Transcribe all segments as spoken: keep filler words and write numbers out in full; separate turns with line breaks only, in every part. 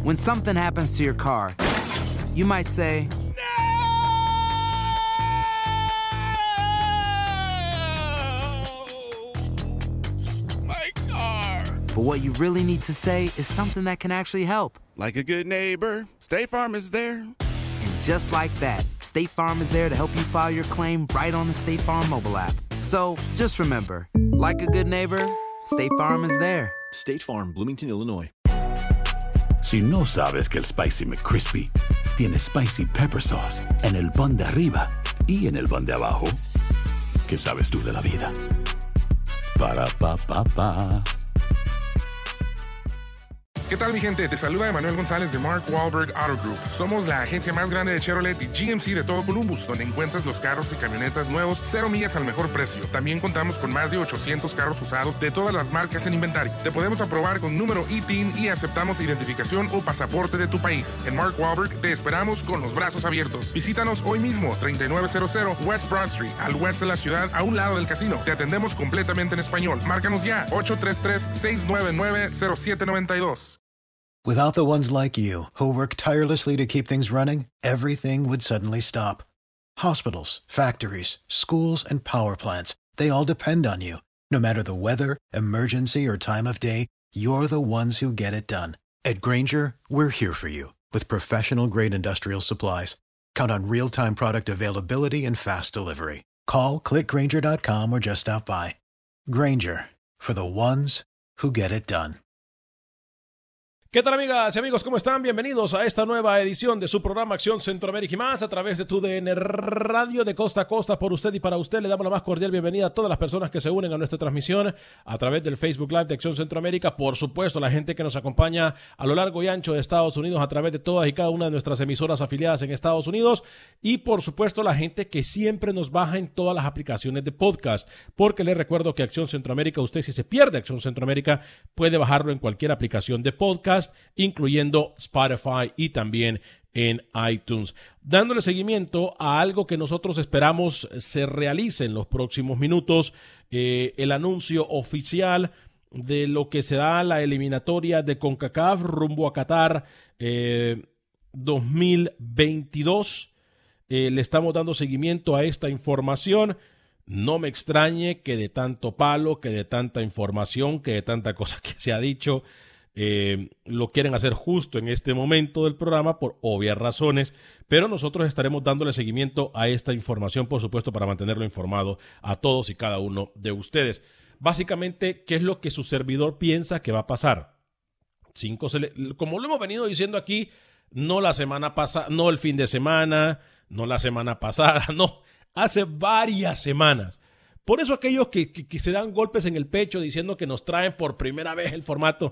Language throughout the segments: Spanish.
When something happens to your car, you might say,
My car!
but what you really need to say is something that can actually help.
Like a good neighbor, State Farm is there.
And just like that, State Farm is there to help you file your claim right on the State Farm mobile app. So just remember, like a good neighbor, State Farm is there.
State Farm, Bloomington, Illinois.
Si no sabes que el Spicy McCrispy tiene Spicy Pepper Sauce en el pan de arriba y en el pan de abajo, ¿qué sabes tú de la vida? Para, pa, pa, pa.
¿Qué tal, mi gente? Te saluda Emanuel González de Mark Wahlberg Auto Group. Somos la agencia más grande de Chevrolet y G M C de todo Columbus, donde encuentras los carros y camionetas nuevos, cero millas al mejor precio. También contamos con más de ochocientos carros usados de todas las marcas en inventario. Te podemos aprobar con número I T I N y aceptamos identificación o pasaporte de tu país. En Mark Wahlberg te esperamos con los brazos abiertos. Visítanos hoy mismo, treinta y nueve cero cero West Broad Street, al oeste de la ciudad, a un lado del casino. Te atendemos completamente en español. Márcanos ya, ocho tres tres, seis nueve nueve, cero siete nueve dos.
Without the ones like you, who work tirelessly to keep things running, everything would suddenly stop. Hospitals, factories, schools, and power plants, they all depend on you. No matter the weather, emergency, or time of day, you're the ones who get it done. At Grainger, we're here for you with professional-grade industrial supplies. Count on real-time product availability and fast delivery. Call, click Grainger dot com, or just stop by. Grainger, for the ones who get it done.
¿Qué tal, amigas y amigos? ¿Cómo están? Bienvenidos a esta nueva edición de su programa Acción Centroamérica y más a través de tu D N Radio de costa a costa por usted y para usted. Le damos la más cordial bienvenida a todas las personas que se unen a nuestra transmisión a través del Facebook Live de Acción Centroamérica. Por supuesto, la gente que nos acompaña a lo largo y ancho de Estados Unidos a través de todas y cada una de nuestras emisoras afiliadas en Estados Unidos. Y por supuesto, la gente que siempre nos baja en todas las aplicaciones de podcast. Porque les recuerdo que Acción Centroamérica, usted si se pierde Acción Centroamérica, puede bajarlo en cualquier aplicación de podcast, incluyendo Spotify y también en iTunes, dándole seguimiento a algo que nosotros esperamos se realice en los próximos minutos, eh, el anuncio oficial de lo que será la eliminatoria de CONCACAF rumbo a Qatar eh, dos mil veintidós. Eh, le estamos dando seguimiento a esta información. No me extrañe que de tanto palo, que de tanta información, que de tanta cosa que se ha dicho, Eh, lo quieren hacer justo en este momento del programa por obvias razones, pero nosotros estaremos dándole seguimiento a esta información, por supuesto, para mantenerlo informado a todos y cada uno de ustedes. Básicamente, ¿qué es lo que su servidor piensa que va a pasar? Cinco sele- Como lo hemos venido diciendo aquí, no la semana pasada, no el fin de semana, no la semana pasada, no, hace varias semanas. Por eso aquellos que, que, que se dan golpes en el pecho diciendo que nos traen por primera vez el formato.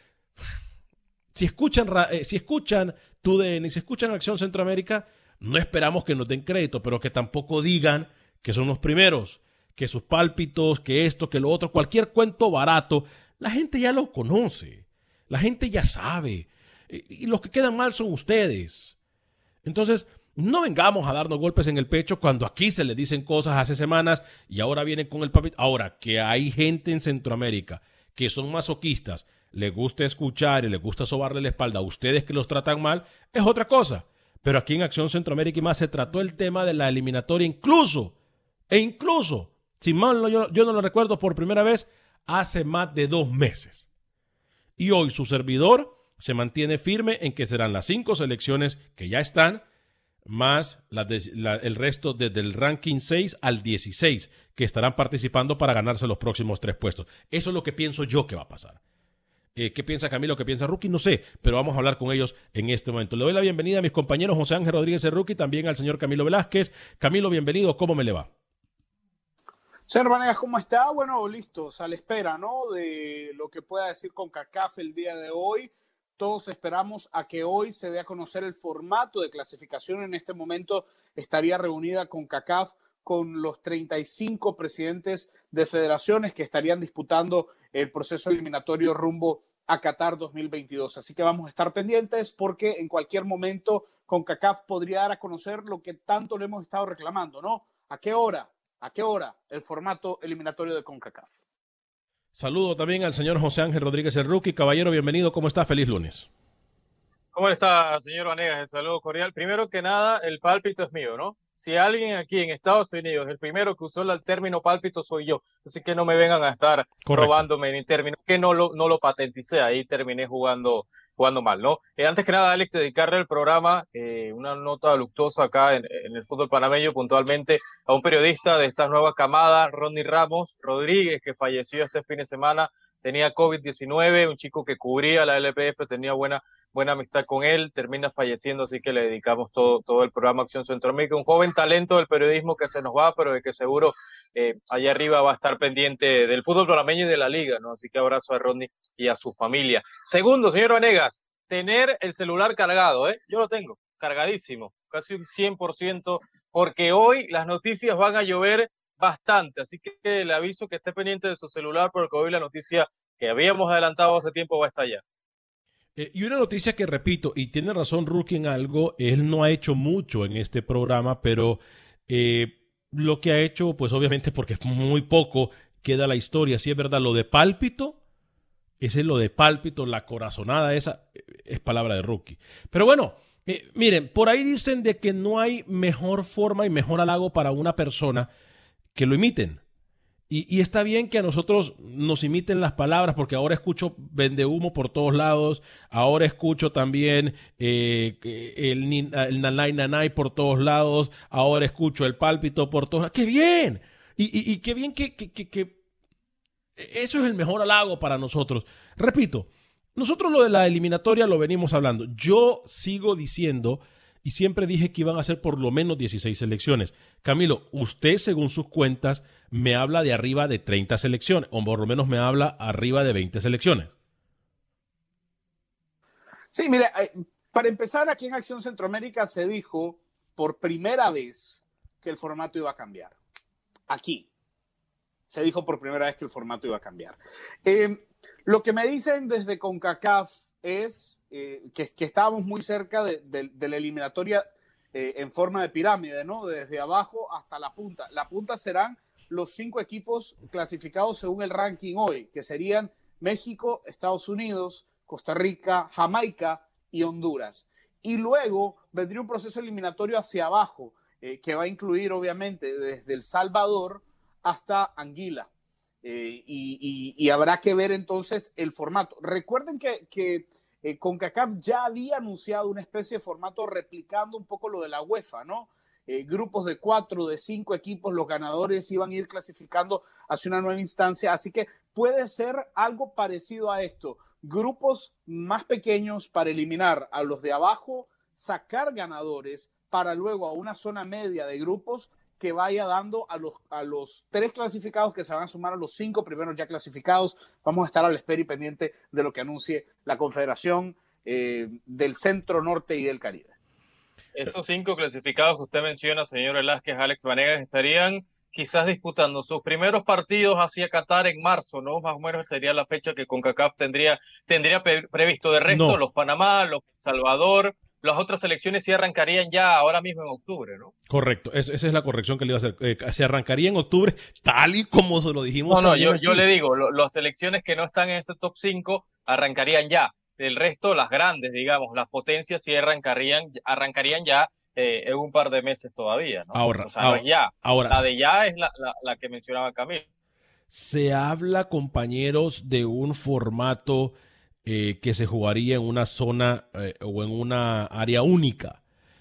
Si escuchan, eh, si escuchan T U D N y si escuchan Acción Centroamérica, no esperamos que nos den crédito, pero que tampoco digan que son los primeros, que sus pálpitos, que esto, que lo otro, cualquier cuento barato, la gente ya lo conoce, la gente ya sabe, y, y los que quedan mal son ustedes. Entonces, no vengamos a darnos golpes en el pecho cuando aquí se les dicen cosas hace semanas y ahora vienen con el pálpito. Ahora, que hay gente en Centroamérica que son masoquistas, les gusta escuchar y les gusta sobarle la espalda a ustedes que los tratan mal, es otra cosa. Pero aquí en Acción Centroamérica y más se trató el tema de la eliminatoria incluso, e incluso, si mal yo, yo no lo recuerdo, por primera vez hace más de dos meses. Y hoy su servidor se mantiene firme en que serán las cinco selecciones que ya están, más la de, la, el resto desde el ranking seis al dieciséis que estarán participando para ganarse los próximos tres puestos. Eso es lo que pienso yo que va a pasar. Eh, ¿Qué piensa Camilo? ¿Qué piensa Rookie? No sé, pero vamos a hablar con ellos en este momento. Le doy la bienvenida a mis compañeros José Ángel Rodríguez el Rookie, también al señor Camilo Velázquez. Camilo, bienvenido. ¿Cómo me le va?
Señor Vanegas, ¿cómo está? Bueno, listos, a la espera, ¿no? De lo que pueda decir CONCACAF el día de hoy. Todos esperamos a que hoy se dé a conocer el formato de clasificación. En este momento estaría reunida CONCACAF con los treinta y cinco presidentes de federaciones que estarían disputando el proceso eliminatorio rumbo a Qatar dos mil veintidós. Así que vamos a estar pendientes porque en cualquier momento CONCACAF podría dar a conocer lo que tanto le hemos estado reclamando, ¿no? ¿A qué hora? ¿A qué hora el formato eliminatorio de CONCACAF?
Saludo también al señor José Ángel Rodríguez el Rookie. Caballero, bienvenido. ¿Cómo está? Feliz lunes.
¿Cómo está, señor Vanegas? El saludo cordial. Primero que nada, el pálpito es mío, ¿no? Si alguien aquí en Estados Unidos, el primero que usó el término pálpito soy yo. Así que no me vengan a estar
Correcto.
robándome en término que no lo, no lo patenticé. Ahí terminé jugando, jugando mal, ¿no? Eh, antes que nada, Alex, dedicarle el programa, eh, una nota luctuosa acá en, en el fútbol panameño, puntualmente a un periodista de esta nueva camada, Ronnie Ramos Rodríguez, que falleció este fin de semana. Tenía COVID diecinueve, un chico que cubría la L P F, tenía buena, buena amistad con él, termina falleciendo, así que le dedicamos todo, todo el programa Acción Centroamérica. Un joven talento del periodismo que se nos va, pero de que seguro eh, allá arriba va a estar pendiente del fútbol panameño y de la liga, ¿no? Así que abrazo a Rodney y a su familia. Segundo, señor Vanegas, tener el celular cargado, ¿eh? Yo lo tengo, cargadísimo, casi un cien por ciento, porque hoy las noticias van a llover bastante, así que le aviso que esté pendiente de su celular porque hoy la noticia que habíamos adelantado hace tiempo va a estallar.
Eh, y una noticia que repito, y tiene razón Rookie en algo, él no ha hecho mucho en este programa, pero eh, lo que ha hecho, pues obviamente porque es muy poco, queda la historia. Si es verdad, lo de pálpito, ese es lo de pálpito, la corazonada esa, es palabra de Rookie. Pero bueno, eh, miren, por ahí dicen de que no hay mejor forma y mejor halago para una persona que lo imiten. Y, y está bien que a nosotros nos imiten las palabras, porque ahora escucho vendehumo por todos lados, ahora escucho también eh, el, el nanay nanay por todos lados, ahora escucho el pálpito por todos lados. ¡Qué bien! Y, y, y qué bien que, que, que, que eso es el mejor halago para nosotros. Repito, nosotros lo de la eliminatoria lo venimos hablando. Yo sigo diciendo... Y siempre dije que iban a ser por lo menos dieciséis selecciones. Camilo, usted, según sus cuentas, me habla de arriba de treinta selecciones, o por lo menos me habla arriba de veinte selecciones.
Sí, mire, para empezar, aquí en Acción Centroamérica se dijo por primera vez que el formato iba a cambiar. Aquí se dijo por primera vez que el formato iba a cambiar. Eh, lo que me dicen desde CONCACAF es... Eh, que, que estábamos muy cerca de, de, de la eliminatoria eh, en forma de pirámide, ¿no? Desde abajo hasta la punta. La punta serán los cinco equipos clasificados según el ranking hoy, que serían México, Estados Unidos, Costa Rica, Jamaica y Honduras. Y luego vendría un proceso eliminatorio hacia abajo, eh, que va a incluir obviamente desde El Salvador hasta Anguila. Eh, y, y, y habrá que ver entonces el formato. Recuerden que... que Eh, CONCACAF ya había anunciado una especie de formato replicando un poco lo de la UEFA, ¿no? Eh, grupos de cuatro, de cinco equipos, los ganadores iban a ir clasificando hacia una nueva instancia, así que puede ser algo parecido a esto. Grupos más pequeños para eliminar a los de abajo, sacar ganadores para luego a una zona media de grupos que vaya dando a los, a los tres clasificados que se van a sumar a los cinco primeros ya clasificados. Vamos a estar a la espera y pendiente de lo que anuncie la Confederación eh, del Centro, Norte y del Caribe.
Esos cinco clasificados que usted menciona, señor Velázquez, Alex Vanegas, estarían quizás disputando sus primeros partidos hacia Qatar en marzo, ¿no? Más o menos sería la fecha que CONCACAF tendría, tendría pre previsto. De resto, no. Los Panamá, los Salvador... Las otras selecciones sí arrancarían ya ahora mismo en octubre, ¿no?
Correcto, es, esa es la corrección que le iba a hacer. Eh, se arrancaría en octubre, tal y como se lo dijimos.
No, no, yo, yo le digo, lo, las selecciones que no están en ese top cinco arrancarían ya. El resto, las grandes, digamos, las potencias sí arrancarían, arrancarían ya eh, en un par de meses todavía, ¿no?
Ahora,
o sea,
ahora,
no es ya.
Ahora,
la de ya es la, la, la que mencionaba Camilo.
Se habla, compañeros, de un formato... Eh, que se jugaría en una zona eh, o en una área única,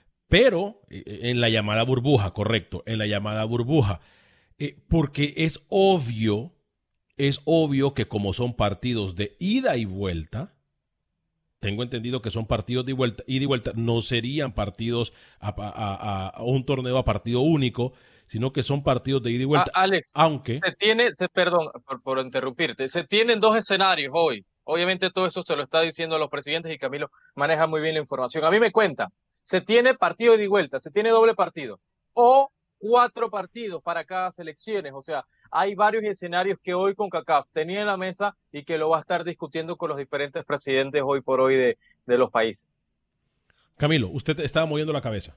pero eh, en la llamada burbuja, correcto, en la llamada burbuja, eh, porque es obvio, es obvio que como son partidos de ida y vuelta, tengo entendido que son partidos de vuelta, ida y vuelta, no serían partidos a, a, a, a un torneo a partido único, sino que son partidos de ida y vuelta.
Ah, Alex,
aunque
se tiene, se, perdón por, por interrumpirte, se tienen dos escenarios hoy. Obviamente todo eso se lo está diciendo a los presidentes y Camilo maneja muy bien la información. A mí me cuentan, se tiene partido de vuelta, se tiene doble partido o cuatro partidos para cada selección. O sea, hay varios escenarios que hoy CONCACAF tenía en la mesa y que lo va a estar discutiendo con los diferentes presidentes hoy por hoy de, de los países.
Camilo, usted estaba moviendo la cabeza.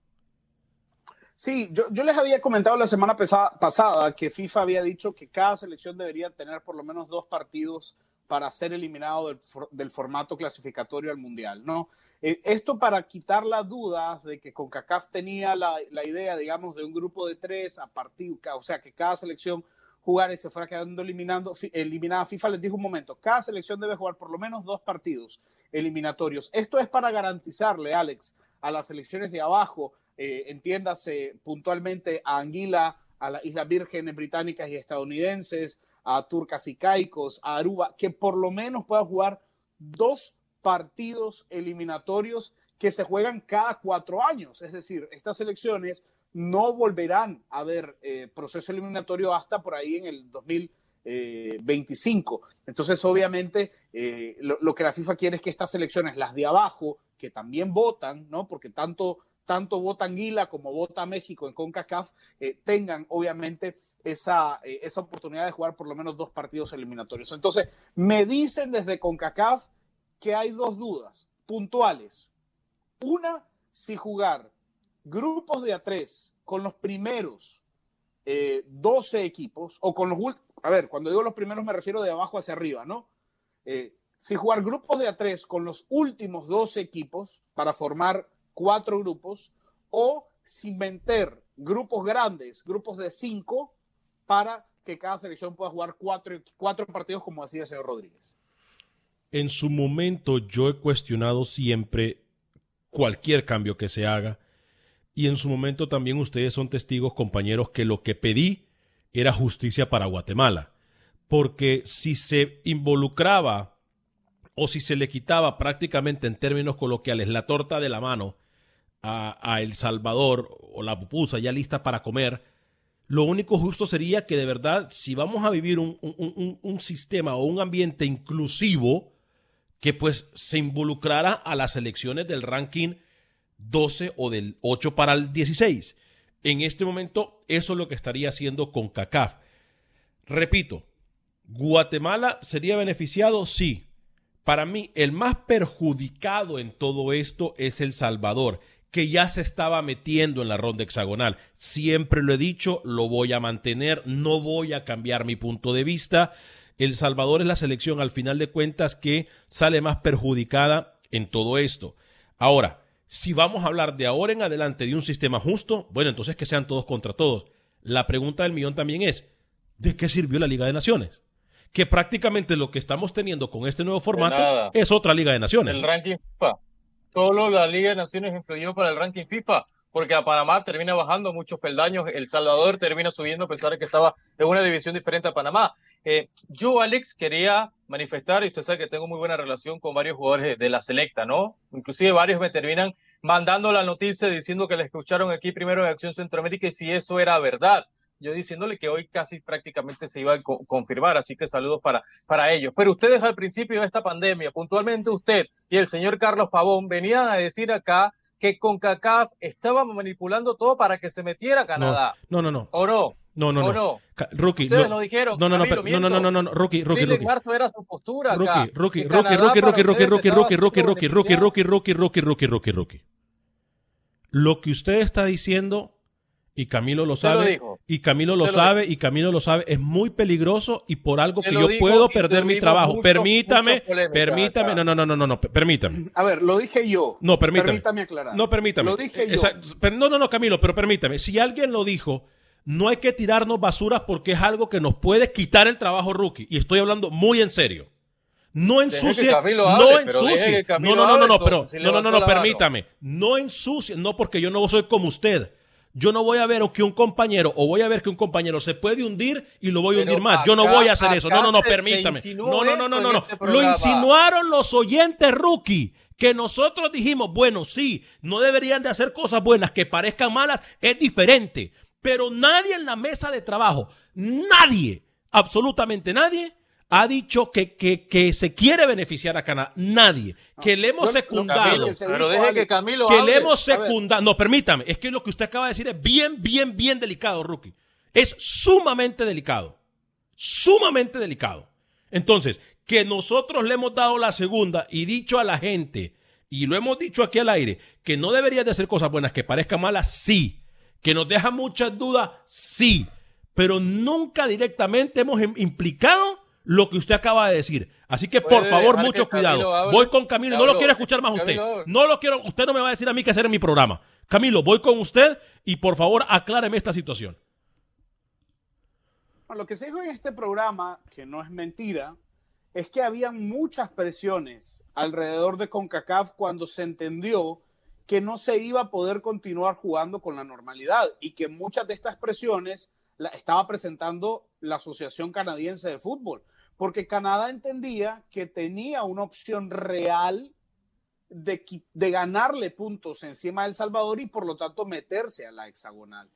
Sí, yo, yo les había comentado la semana pasada que FIFA había dicho que cada selección debería tener por lo menos dos partidos para ser eliminado del, del formato clasificatorio al Mundial, ¿no? Eh, esto para quitar las dudas de que CONCACAF tenía la, la idea, digamos, de un grupo de tres a partir, o sea, que cada selección jugara y se fuera quedando eliminando, eliminada. FIFA les dijo un momento, cada selección debe jugar por lo menos dos partidos eliminatorios. Esto es para garantizarle, Alex, a las selecciones de abajo, eh, entiéndase puntualmente a Anguila, a las Islas Vírgenes Británicas y estadounidenses, a Turcas y Caicos, a Aruba, que por lo menos puedan jugar dos partidos eliminatorios que se juegan cada cuatro años. Es decir, estas selecciones no volverán a ver eh, proceso eliminatorio hasta por ahí en el dos mil veinticinco. Entonces, obviamente, eh, lo, lo que la FIFA quiere es que estas selecciones, las de abajo, que también votan, ¿no? Porque tanto, tanto vota Anguila como vota México en CONCACAF, eh, tengan, obviamente, esa, eh, esa oportunidad de jugar por lo menos dos partidos eliminatorios. Entonces, me dicen desde CONCACAF que hay dos dudas puntuales. Una, si jugar grupos de a tres con los primeros eh, doce equipos, o con los últimos, a ver, cuando digo los primeros me refiero de abajo hacia arriba, ¿no? Eh, si jugar grupos de a tres con los últimos doce equipos para formar cuatro grupos, o si meter grupos grandes, grupos de cinco, para que cada selección pueda jugar cuatro, cuatro partidos, como decía el señor Rodríguez.
En su momento yo he cuestionado siempre cualquier cambio que se haga, y en su momento también ustedes son testigos, compañeros, que lo que pedí era justicia para Guatemala, porque si se involucraba o si se le quitaba prácticamente en términos coloquiales la torta de la mano a, a El Salvador, o la pupusa ya lista para comer, lo único justo sería que de verdad, si vamos a vivir un, un, un, un sistema o un ambiente inclusivo, que pues se involucrara a las selecciones del ranking doce o del ocho para el dieciséis. En este momento, eso es lo que estaría haciendo CONCACAF. Repito, ¿Guatemala sería beneficiado? Sí. Para mí, el más perjudicado en todo esto es El Salvador, que ya se estaba metiendo en la ronda hexagonal. Siempre lo he dicho, lo voy a mantener, no voy a cambiar mi punto de vista. El Salvador es la selección, al final de cuentas, que sale más perjudicada en todo esto. Ahora, si vamos a hablar de ahora en adelante de un sistema justo, bueno, entonces que sean todos contra todos. La pregunta del millón también es, ¿de qué sirvió la Liga de Naciones? Que prácticamente lo que estamos teniendo con este nuevo formato es otra Liga de Naciones.
El ranking FIFA. Solo la Liga de Naciones influyó para el ranking FIFA, porque a Panamá termina bajando muchos peldaños, El Salvador termina subiendo a pesar de que estaba en una división diferente a Panamá. Eh, yo, Alex, quería manifestar, y usted sabe que tengo muy buena relación con varios jugadores de la selecta, ¿no? Inclusive varios me terminan mandando la noticia diciendo que la escucharon aquí primero en Acción Centroamérica y si eso era verdad. Yo diciéndole que hoy casi prácticamente se iba a co- confirmar, así que saludos para, para ellos. Pero ustedes al principio de esta pandemia, puntualmente usted y el señor Carlos Pavón, venían a decir acá que CONCACAF estaba manipulando todo para que se metiera Canadá.
No, no, no. no.
¿O no?
No, no,
¿O
no.
no?
Ca- Rookie,
Ustedes
no,
lo dijeron.
no, no, no,
Camilo,
pero- no, no, no, no, no, Rookie, Rookie,
Abril y
Rookie.
marzo era su postura acá.
Rookie, Rookie,
Que
Rookie,
Canadá
Rookie,
para
Rookie, Rookie,
ustedes
Rookie,
estaba
Rookie, Rookie,
siendo
Rookie, Rookie, Rookie, Rookie, Rookie, Rookie, Rookie, Rookie. Lo que usted está diciendo, y Camilo lo
Usted lo
sabe,
dijo.
y Camilo lo
Usted lo
sabe, y Camilo lo sabe, es muy peligroso y por algo
Usted
que
lo
yo
dijo
puedo
y
perder mi
tuvimos
trabajo.
mucho-
Permítame,
muchas polémicas
permítame,
acá.
no, no, no, no, no, no, permítame.
A ver, lo dije yo.
No, permítame.
Permítame aclarar.
No, permítame.
Lo dije yo.
Exacto. Pero no, no, no, Camilo, pero permítame. Si alguien lo dijo, no hay que tirarnos basuras porque es algo que nos puede quitar el trabajo, Rookie. Y estoy hablando muy en serio. No
Deje que
ensucie,
Camilo
no
hable, pero deje
ensucie.
que Camilo
No, no, no, no,
hable,
no, pero
entonces, si
no, no, no,
levantó
no,
la mano.
permítame. No ensucie, no porque yo no soy como usted. Yo no voy a ver que un compañero, o voy a ver que un compañero se puede hundir y lo voy a
Pero
hundir más. Yo no
acá-
voy a hacer eso. No, no, no,
acá se- se
permítame.
insinuó
No, no, no,
esto
no,
en
no, no.
este
Lo
programa.
insinuaron los oyentes, Rookie. Que nosotros dijimos, bueno, sí, no deberían de hacer cosas buenas que parezcan malas, es diferente. Pero nadie en la mesa de trabajo, nadie, absolutamente nadie, ha dicho que, que, que se quiere beneficiar a Canadá. Nadie. Que le hemos
Yo- lo-
secundado.
Camilo,
se
pero
dijo,
deje que
Alex,
Camilo
Que
hable.
le hemos
A ver.
secundado. No, permítame. Es que lo que usted acaba de decir es bien, bien, bien delicado, Rookie. Es sumamente delicado. Sumamente delicado. Entonces, que nosotros le hemos dado la segunda y dicho a la gente, y lo hemos dicho aquí al aire, que no debería de hacer cosas buenas que parezcan malas, sí. Que nos deja muchas dudas, sí. Pero nunca directamente hemos im- implicado lo que usted acaba de decir. Así que, por favor, mucho cuidado. Voy con Camilo. No lo quiero escuchar más a usted. No lo quiero. Usted no me va a decir a mí qué hacer en mi programa. Camilo, voy con usted y, por favor, acláreme esta situación.
Bueno, lo que se dijo en este programa, que no es mentira, es que había muchas presiones alrededor de CONCACAF cuando se entendió que no se iba a poder continuar jugando con la normalidad y que muchas de estas presiones la estaba presentando la Asociación Canadiense de Fútbol, porque Canadá entendía que tenía una opción real de, de ganarle puntos encima de El Salvador y por lo tanto meterse a la hexagonal.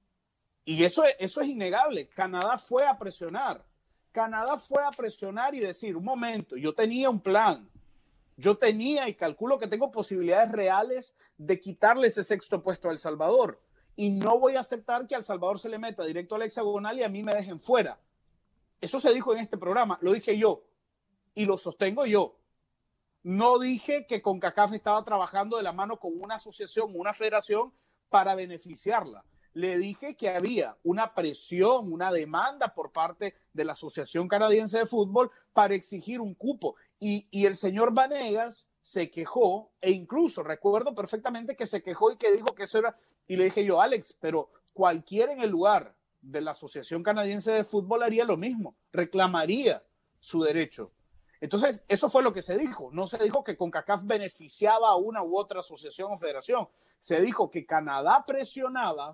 Y eso, eso es innegable. Canadá fue a presionar. Canadá fue a presionar y decir, un momento, yo tenía un plan. Yo tenía y calculo que tengo posibilidades reales de quitarle ese sexto puesto a El Salvador. Y no voy a aceptar que a El Salvador se le meta directo a la hexagonal y a mí me dejen fuera. Eso se dijo en este programa. Lo dije yo. Y lo sostengo yo. No dije que CONCACAF estaba trabajando de la mano con una asociación, una federación para beneficiarla. Le dije que había una presión, una demanda por parte de la Asociación Canadiense de Fútbol para exigir un cupo. Y, y el señor Vanegas se quejó, e incluso recuerdo perfectamente que se quejó y que dijo que eso era... Y le dije yo, Alex, pero cualquiera en el lugar de la Asociación Canadiense de Fútbol haría lo mismo, reclamaría su derecho. Entonces, eso fue lo que se dijo. No se dijo que CONCACAF beneficiaba a una u otra asociación o federación. Se dijo que Canadá presionaba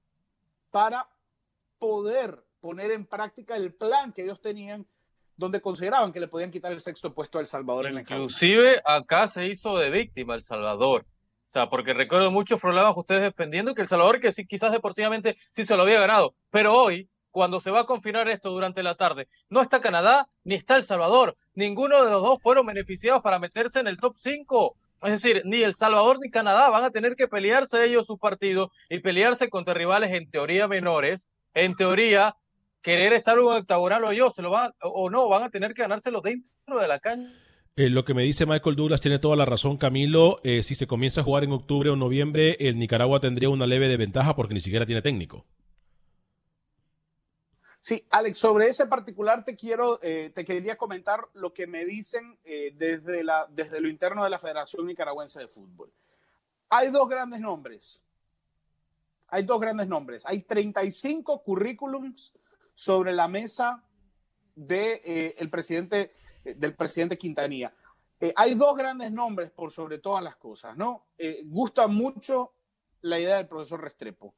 para poder poner en práctica el plan que ellos tenían, donde consideraban que le podían quitar el sexto puesto a El Salvador.
Inclusive acá se hizo de víctima El Salvador. O sea, porque recuerdo muchos problemas ustedes defendiendo que El Salvador, que sí, quizás deportivamente sí se lo había ganado, pero hoy, cuando se va a confirmar esto durante la tarde, no está Canadá ni está El Salvador. Ninguno de los dos fueron beneficiados para meterse en el top cinco. Es decir, ni El Salvador ni Canadá van a tener que pelearse ellos sus partidos y pelearse contra rivales en teoría menores. En teoría, querer estar en un octagonal o yo, se lo van, o no, van a tener que ganárselo dentro de la cancha.
Eh, lo que me dice Michael Douglas tiene toda la razón, Camilo. Eh, si se comienza a jugar en octubre o noviembre, el Nicaragua tendría una leve desventaja porque ni siquiera tiene técnico.
Sí, Alex, sobre ese particular te quiero, eh, te quería comentar lo que me dicen eh, desde, la, desde lo interno de la Federación Nicaragüense de Fútbol. Hay dos grandes nombres. Hay dos grandes nombres. Hay treinta y cinco currículums sobre la mesa de, eh, el presidente, eh, del presidente Quintanilla. Eh, hay dos grandes nombres por sobre todas las cosas, ¿no? Eh, gusta mucho la idea del profesor Restrepo.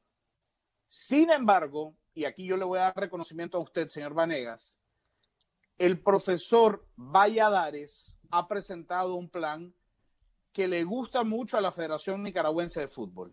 Sin embargo, y aquí yo le voy a dar reconocimiento a usted, señor Vanegas, el profesor Valladares ha presentado un plan que le gusta mucho a la Federación Nicaragüense de Fútbol.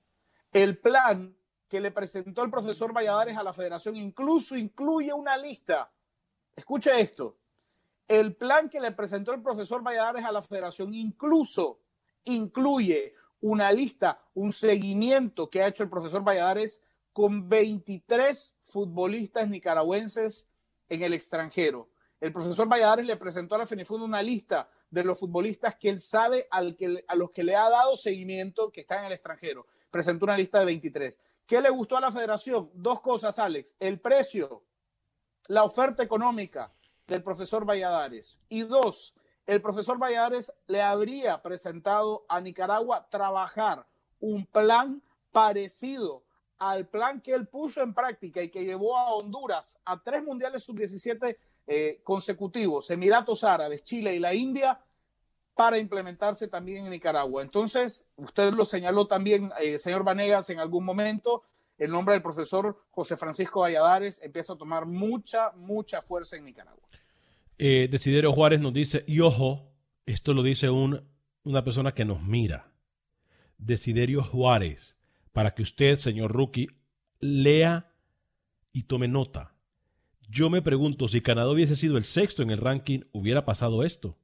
El plan que le presentó el profesor Valladares a la Federación incluso incluye una lista. Escuche esto. El plan que le presentó el profesor Valladares a la Federación incluso incluye una lista, un seguimiento que ha hecho el profesor Valladares con veintitrés futbolistas nicaragüenses en el extranjero. El profesor Valladares le presentó a la FENIFUT una lista de los futbolistas que él sabe al que, a los que le ha dado seguimiento que están en el extranjero. Presentó una lista de veintitrés. ¿Qué le gustó a la federación? Dos cosas, Alex. El precio, la oferta económica del profesor Valladares. Y dos, el profesor Valladares le habría presentado a Nicaragua trabajar un plan parecido al plan que él puso en práctica y que llevó a Honduras a tres mundiales sub diecisiete eh, consecutivos, Emiratos Árabes, Chile y la India, para implementarse también en Nicaragua. Entonces, usted lo señaló también, eh, señor Vanegas, en algún momento, el nombre del profesor José Francisco Valladares empieza a tomar mucha, mucha fuerza en Nicaragua.
Eh, Desiderio Juárez nos dice, y ojo, esto lo dice un, una persona que nos mira, Desiderio Juárez, para que usted, señor Rookie, lea y tome nota. Yo me pregunto, si Canadá hubiese sido el sexto en el ranking, ¿hubiera pasado esto?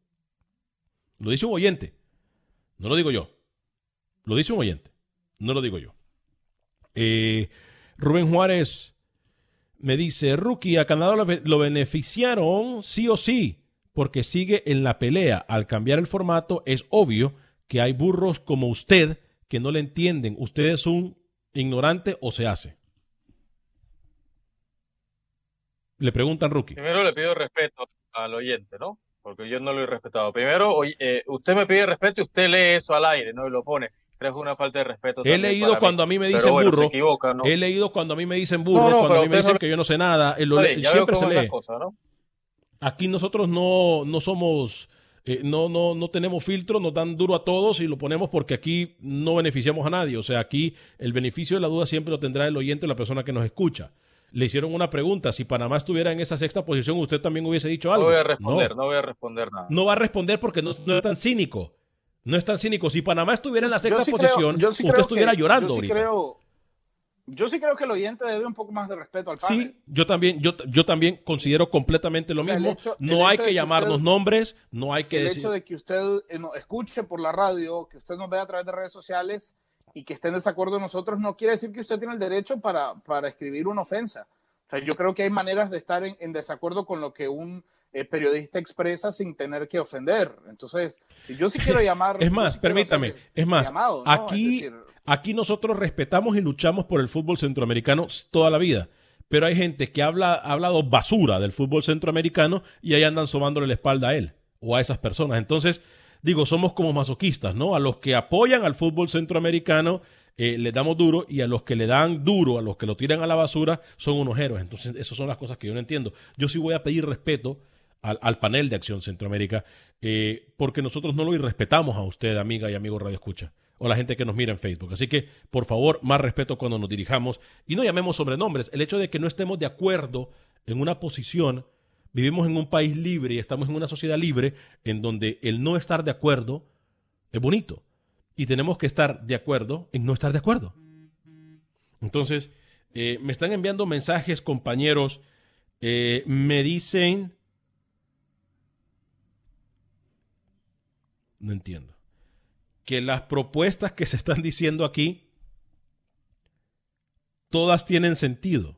Lo dice un oyente. No lo digo yo. Lo dice un oyente. No lo digo yo. Eh, Rubén Juárez me dice, Rookie, a Canadá lo, lo beneficiaron sí o sí, porque sigue en la pelea. Al cambiar el formato, es obvio que hay burros como usted que no le entienden. ¿Usted es un ignorante o se hace? Le preguntan, Rookie.
Primero le pido respeto. al oyente, ¿no? Porque yo no lo he respetado. Primero, oye, eh, usted me pide respeto y usted lee eso al aire, ¿no? Y lo pone. Creo que es una falta de respeto.
He leído cuando mí. a mí me dicen
Pero, bueno,
burro.
equivoca, ¿no?
He leído cuando a mí me dicen burro,
no, no,
cuando a mí me dicen
no...
que yo no sé nada. Lo
Vale,
le...
ya
Siempre
veo
se
cómo
lee.
es la cosa, ¿no?
Aquí nosotros no, no somos, eh, no, no, no tenemos filtro, nos dan duro a todos y lo ponemos porque aquí no beneficiamos a nadie. O sea, aquí el beneficio de la duda siempre lo tendrá el oyente o la persona que nos escucha. Le hicieron una pregunta, si Panamá estuviera en esa sexta posición, usted también hubiese dicho algo.
No voy a responder, no, no voy a responder nada.
No va a responder porque no, no es tan cínico. No es tan cínico. Si Panamá estuviera en la sexta
sí
posición,
creo, sí
usted estuviera
que,
llorando
yo sí
ahorita.
Creo, yo sí creo que el oyente debe un poco más de respeto al panel.
Sí, yo también, yo, yo también considero completamente lo
o sea,
mismo.
Hecho,
no hay que, que
usted,
llamarnos nombres, no hay que
el
decir...
hecho de que usted eh, no, escuche por la radio, que usted nos vea a través de redes sociales y que esté en desacuerdo con nosotros, no quiere decir que usted tiene el derecho para, para escribir una ofensa. O sea, yo creo que hay maneras de estar en, en desacuerdo con lo que un eh, periodista expresa sin tener que ofender. Entonces, yo sí quiero llamar...
Es más,
sí
permítame, es más,
llamado, ¿no?
aquí,
es decir,
aquí nosotros respetamos y luchamos por el fútbol centroamericano toda la vida, pero hay gente que habla, ha hablado basura del fútbol centroamericano y ahí andan somándole la espalda a él o a esas personas. Entonces, digo, somos como masoquistas, ¿no? A los que apoyan al fútbol centroamericano eh, le damos duro y a los que le dan duro, a los que lo tiran a la basura, son unos héroes. Entonces, esas son las cosas que yo no entiendo. Yo sí voy a pedir respeto al, al panel de Acción Centroamérica eh, porque nosotros no lo irrespetamos a usted, amiga y amigo Radio Escucha, o la gente que nos mira en Facebook. Así que, por favor, más respeto cuando nos dirijamos y no llamemos sobrenombres. El hecho de que no estemos de acuerdo en una posición, vivimos en un país libre y estamos en una sociedad libre en donde el no estar de acuerdo es bonito. Y tenemos que estar de acuerdo en no estar de acuerdo. Entonces, eh, me están enviando mensajes, compañeros. Eh, me dicen... No entiendo. Que las propuestas que se están diciendo aquí, todas tienen sentido.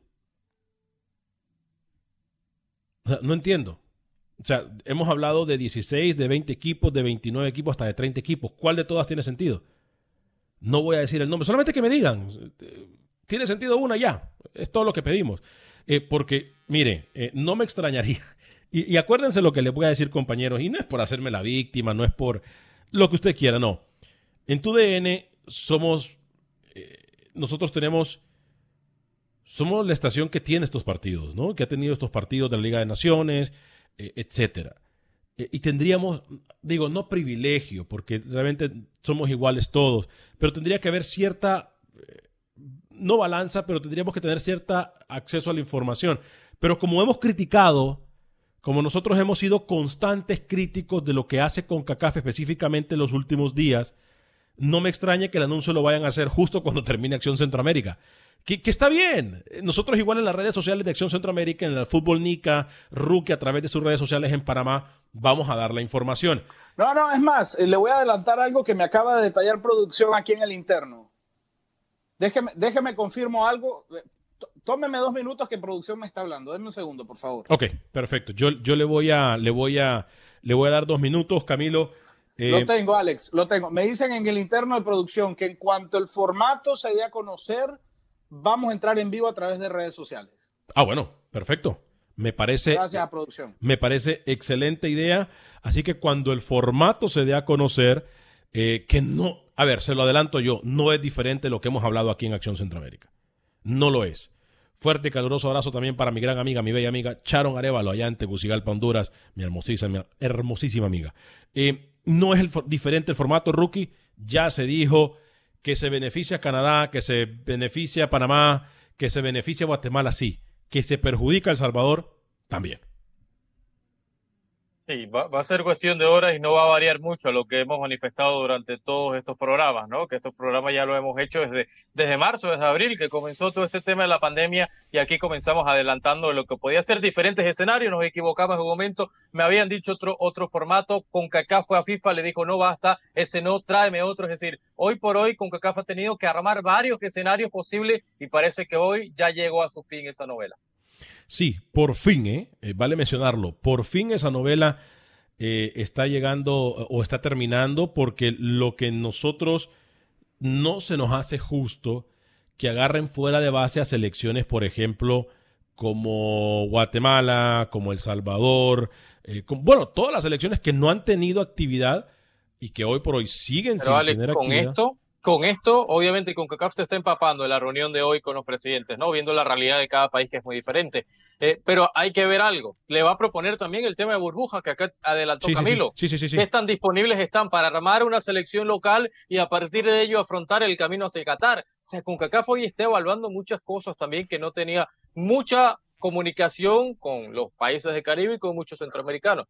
O sea, no entiendo. O sea, hemos hablado de dieciséis, de veinte equipos, de veintinueve equipos, hasta de treinta equipos. ¿Cuál de todas tiene sentido? No voy a decir el nombre, solamente que me digan. Tiene sentido una ya. Es todo lo que pedimos. Eh, porque, mire, eh, no me extrañaría. Y, y acuérdense lo que les voy a decir, compañeros. Y no es por hacerme la víctima, no es por lo que usted quiera, no. En tu D N somos, eh, nosotros tenemos, somos la estación que tiene estos partidos, ¿no? Que ha tenido estos partidos de la Liga de Naciones, eh, etcétera. Eh, y tendríamos, digo, no privilegio, porque realmente somos iguales todos, pero tendría que haber cierta, eh, no balanza, pero tendríamos que tener cierta acceso a la información. Pero como hemos criticado, como nosotros hemos sido constantes críticos de lo que hace CONCACAF específicamente en los últimos días, no me extraña que el anuncio lo vayan a hacer justo cuando termine Acción Centroamérica. Que, que está bien. Nosotros igual en las redes sociales de Acción Centroamérica, en el Fútbol Nica, Rookie, a través de sus redes sociales en Panamá, vamos a dar la información.
No, no, es más, le voy a adelantar algo que me acaba de detallar producción aquí en el interno. Déjeme, déjeme confirmo algo. Tómeme dos minutos que producción me está hablando. Denme un segundo, por favor.
Ok, perfecto. Yo, yo le voy a, le voy a, le voy a dar dos minutos, Camilo.
Eh, lo tengo, Alex, lo tengo. Me dicen en el interno de producción que en cuanto el formato se dé a conocer, vamos a entrar en vivo a través de redes sociales.
Ah, bueno, perfecto. Me parece,
Gracias a producción.
Me parece excelente idea. Así que cuando el formato se dé a conocer, eh, que no, a ver, se lo adelanto yo, no es diferente de lo que hemos hablado aquí en Acción Centroamérica. No lo es. Fuerte y caluroso abrazo también para mi gran amiga, mi bella amiga Sharon Arevalo, allá en Tegucigalpa, Honduras, mi hermosísima, mi hermosísima amiga. Eh, no es el diferente el formato, Rookie. Ya se dijo que se beneficia a Canadá, que se beneficia a Panamá, que se beneficia a Guatemala, sí. Que se perjudica a El Salvador, también.
Sí, va, va a ser cuestión de horas y no va a variar mucho a lo que hemos manifestado durante todos estos programas, ¿no? Que estos programas ya lo hemos hecho desde, desde marzo, desde abril, que comenzó todo este tema de la pandemia y aquí comenzamos adelantando lo que podía ser diferentes escenarios. Nos equivocamos en un momento, me habían dicho otro, otro formato, CONCACAF fue a FIFA, le dijo no basta, ese no, tráeme otro. Es decir, hoy por hoy CONCACAF ha tenido que armar varios escenarios posibles y parece que hoy ya llegó a su fin esa novela.
Sí, por fin, ¿eh? Eh, vale mencionarlo, por fin esa novela eh, está llegando o está terminando, porque lo que nosotros no se nos hace justo que agarren fuera de base a selecciones, por ejemplo, como Guatemala, como El Salvador, eh, con, bueno, todas las selecciones que no han tenido actividad y que hoy por hoy siguen
Pero
sin
Alex,
tener
con
actividad.
esto, con esto, obviamente CONCACAF se está empapando en la reunión de hoy con los presidentes, ¿no? Viendo la realidad de cada país que es muy diferente. Eh, pero hay que ver algo. Le va a proponer también el tema de burbujas que acá adelantó
Sí, sí,
Camilo.
sí, sí, sí, sí.
¿Qué tan disponibles están para armar una selección local y a partir de ello afrontar el camino hacia Qatar? O sea, CONCACAF hoy está evaluando muchas cosas también que no tenía mucha comunicación con los países de Caribe y con muchos centroamericanos.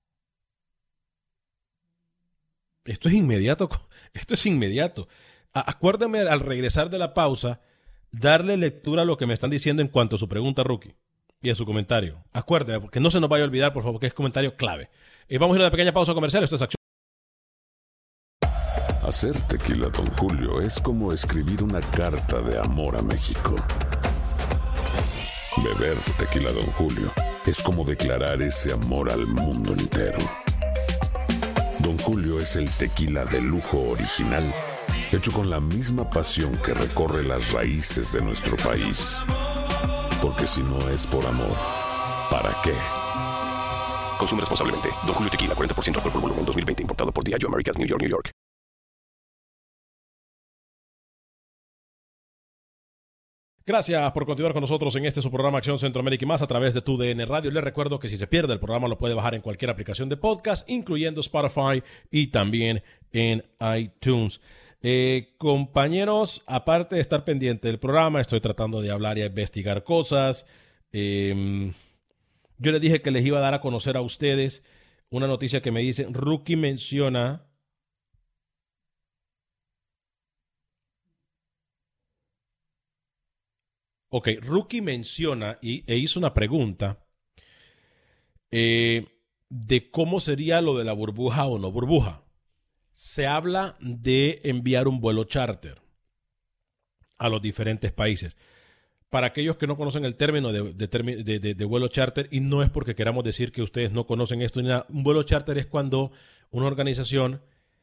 Esto es inmediato, esto es inmediato. A- acuérdame al regresar de la pausa, darle lectura a lo que me están diciendo en cuanto a su pregunta, Rookie, y a su comentario. Acuérdame, porque no se nos vaya a olvidar, por favor, que es comentario clave. Eh, vamos a ir a una pequeña pausa comercial, esto es Acción.
Hacer tequila Don Julio es como escribir una carta de amor a México. Beber tequila Don Julio es como declarar ese amor al mundo entero. Don Julio es el tequila de lujo original, hecho con la misma pasión que recorre las raíces de nuestro país. Porque si no es por amor, ¿para qué?
Consume responsablemente. Don Julio Tequila, cuarenta por ciento alcohol por volumen, dos mil veinte, importado por Diageo Americas, New York, New York.
Gracias por continuar con nosotros en este su programa Acción Centroamérica y más a través de tu D N Radio. Les recuerdo que si se pierde el programa lo puede bajar en cualquier aplicación de podcast, incluyendo Spotify y también en iTunes. Eh, compañeros, aparte de estar pendiente del programa, estoy tratando de hablar y a investigar cosas. Eh, yo les dije que les iba a dar a conocer a ustedes una noticia que me dicen, Rookie menciona... Ok, Rookie menciona y, e hizo una pregunta eh, de cómo sería lo de la burbuja o no burbuja. Se habla de enviar un vuelo charter a los diferentes países. Para aquellos que no conocen el término de, de, de, de, de vuelo charter, y no es porque queramos decir que ustedes no conocen esto ni nada, un vuelo charter es cuando una organización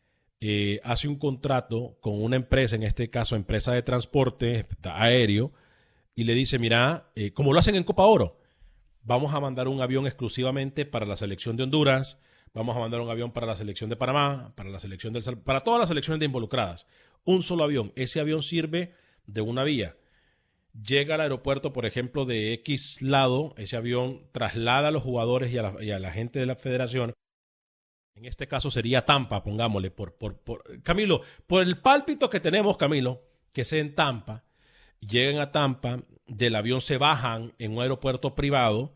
eh, hace un contrato con una empresa, en este caso empresa de transporte aéreo, y le dice, mira, eh, como lo hacen en Copa Oro, vamos a mandar un avión exclusivamente para la selección de Honduras, vamos a mandar un avión para la selección de Panamá, para la selección del Salvador, para todas las selecciones de involucradas. Un solo avión. Ese avión sirve de una vía. Llega al aeropuerto, por ejemplo, de X lado, ese avión traslada a los jugadores y a la, y a la gente de la federación. En este caso sería Tampa, pongámosle, por, por, por Camilo, por el pálpito que tenemos, Camilo, que sea en Tampa. Llegan a Tampa, del avión se bajan en un aeropuerto privado,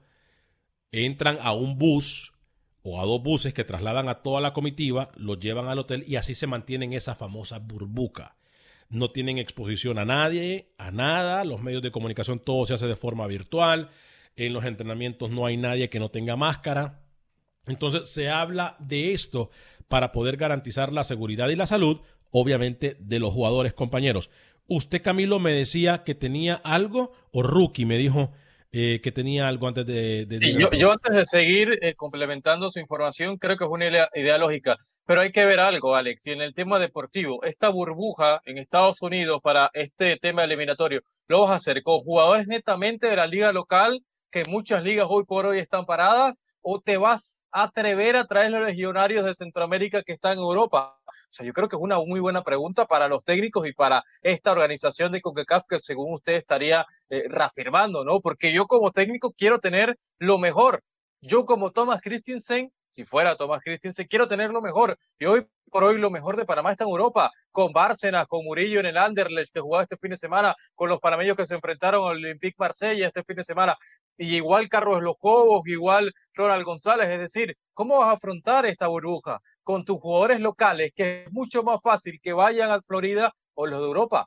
entran a un bus o a dos buses que trasladan a toda la comitiva, los llevan al hotel y así se mantienen esa famosa burbuja. No tienen exposición a nadie, a nada, los medios de comunicación todo se hace de forma virtual, en los entrenamientos no hay nadie que no tenga máscara. Entonces se habla de esto para poder garantizar la seguridad y la salud, obviamente, de los jugadores, compañeros. Usted, Camilo, me decía que tenía algo, o Rookie me dijo eh, que tenía algo antes de... de, de
sí, yo, yo antes de seguir eh, complementando su información, creo que es una idea, idea lógica, pero hay que ver algo, Alex, y en el tema deportivo, esta burbuja en Estados Unidos para este tema eliminatorio, ¿lo vas a hacer con jugadores netamente de la liga local, que muchas ligas hoy por hoy están paradas, o te vas a atrever a traer los legionarios de Centroamérica que están en Europa? O sea, yo creo que es una muy buena pregunta para los técnicos y para esta organización de CONCACAF que según usted estaría eh, reafirmando, ¿no? Porque yo como técnico quiero tener lo mejor. Yo como Thomas Christensen, si fuera Thomas Christensen, quiero tener lo mejor. Y hoy por hoy lo mejor de Panamá está en Europa, con Bárcenas, con Murillo en el Anderlecht que jugaba este fin de semana, con los panameños que se enfrentaron al Olympique Marsella este fin de semana, y igual Carlos Los Cobos, igual Ronald González. Es decir, ¿cómo vas a afrontar esta burbuja con tus jugadores locales, que es mucho más fácil que vayan a Florida o los de Europa?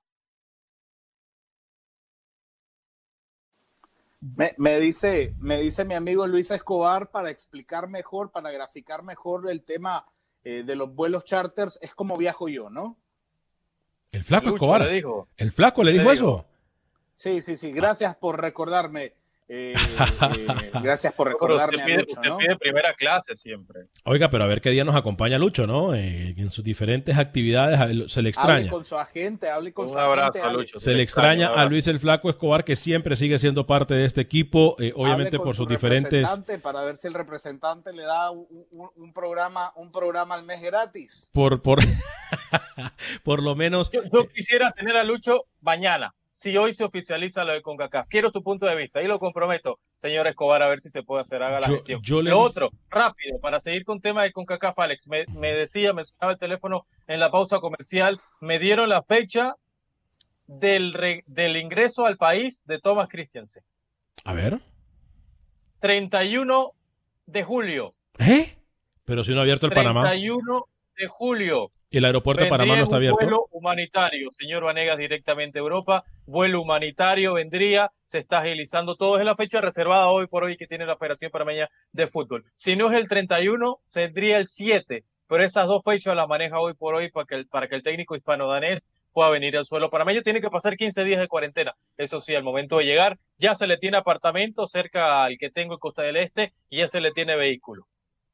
Me, me, dice, me dice mi amigo Luis Escobar, para explicar mejor, para graficar mejor el tema eh, de los vuelos charters, es como viajo yo, ¿no?
El flaco
Lucho
Escobar.
le dijo.
¿El flaco le dijo
le
eso?
Sí, sí, sí. Gracias por recordarme. Eh, eh, gracias por recordarme
usted pide,
a Lucho,
usted
¿no?
pide primera clase siempre.
Oiga, pero a ver qué día nos acompaña Lucho, ¿no? Eh, en sus diferentes actividades se le
Hable
extraña.
con su agente, hable con
Un
su
abrazo
agente.
a
hable-
Lucho.
Se le extraña a Luis el Flaco Escobar, que siempre sigue siendo parte de este equipo, eh, obviamente
hable con
por
su
sus diferentes...
representante para ver si el representante le da un, un- un programa un programa al mes gratis.
Por, por, por lo menos...
Yo, yo quisiera tener a Lucho mañana, si hoy se oficializa lo de CONCACAF. Quiero su punto de vista y lo comprometo, señor Escobar, a ver si se puede hacer, haga la
Yo-
gestión.
yo le
Lo
dije-
otro, rápido, para seguir con tema de CONCACAF, Alex, me, me decía, me sonaba el teléfono en la pausa comercial, me dieron la fecha del, re- del ingreso al país de Thomas Christiansen.
A ver.
treinta y uno de julio.
¿Eh? Pero si no ha abierto el Panamá.
treinta y uno de julio.
¿Y el aeropuerto de Panamá no
Vendría
está
un
abierto?
vuelo humanitario, señor Vanegas, directamente a Europa. Vuelo humanitario vendría, se está agilizando todo. Es la fecha reservada hoy por hoy que tiene la Federación Panameña de Fútbol. Si no es el treinta y uno, vendría el siete. Pero esas dos fechas las maneja hoy por hoy para que el, para que el técnico hispano-danés pueda venir al suelo panameño. Tiene que pasar quince días de cuarentena. Eso sí, al momento de llegar, ya se le tiene apartamento cerca al que tengo en Costa del Este y ya se le tiene vehículo.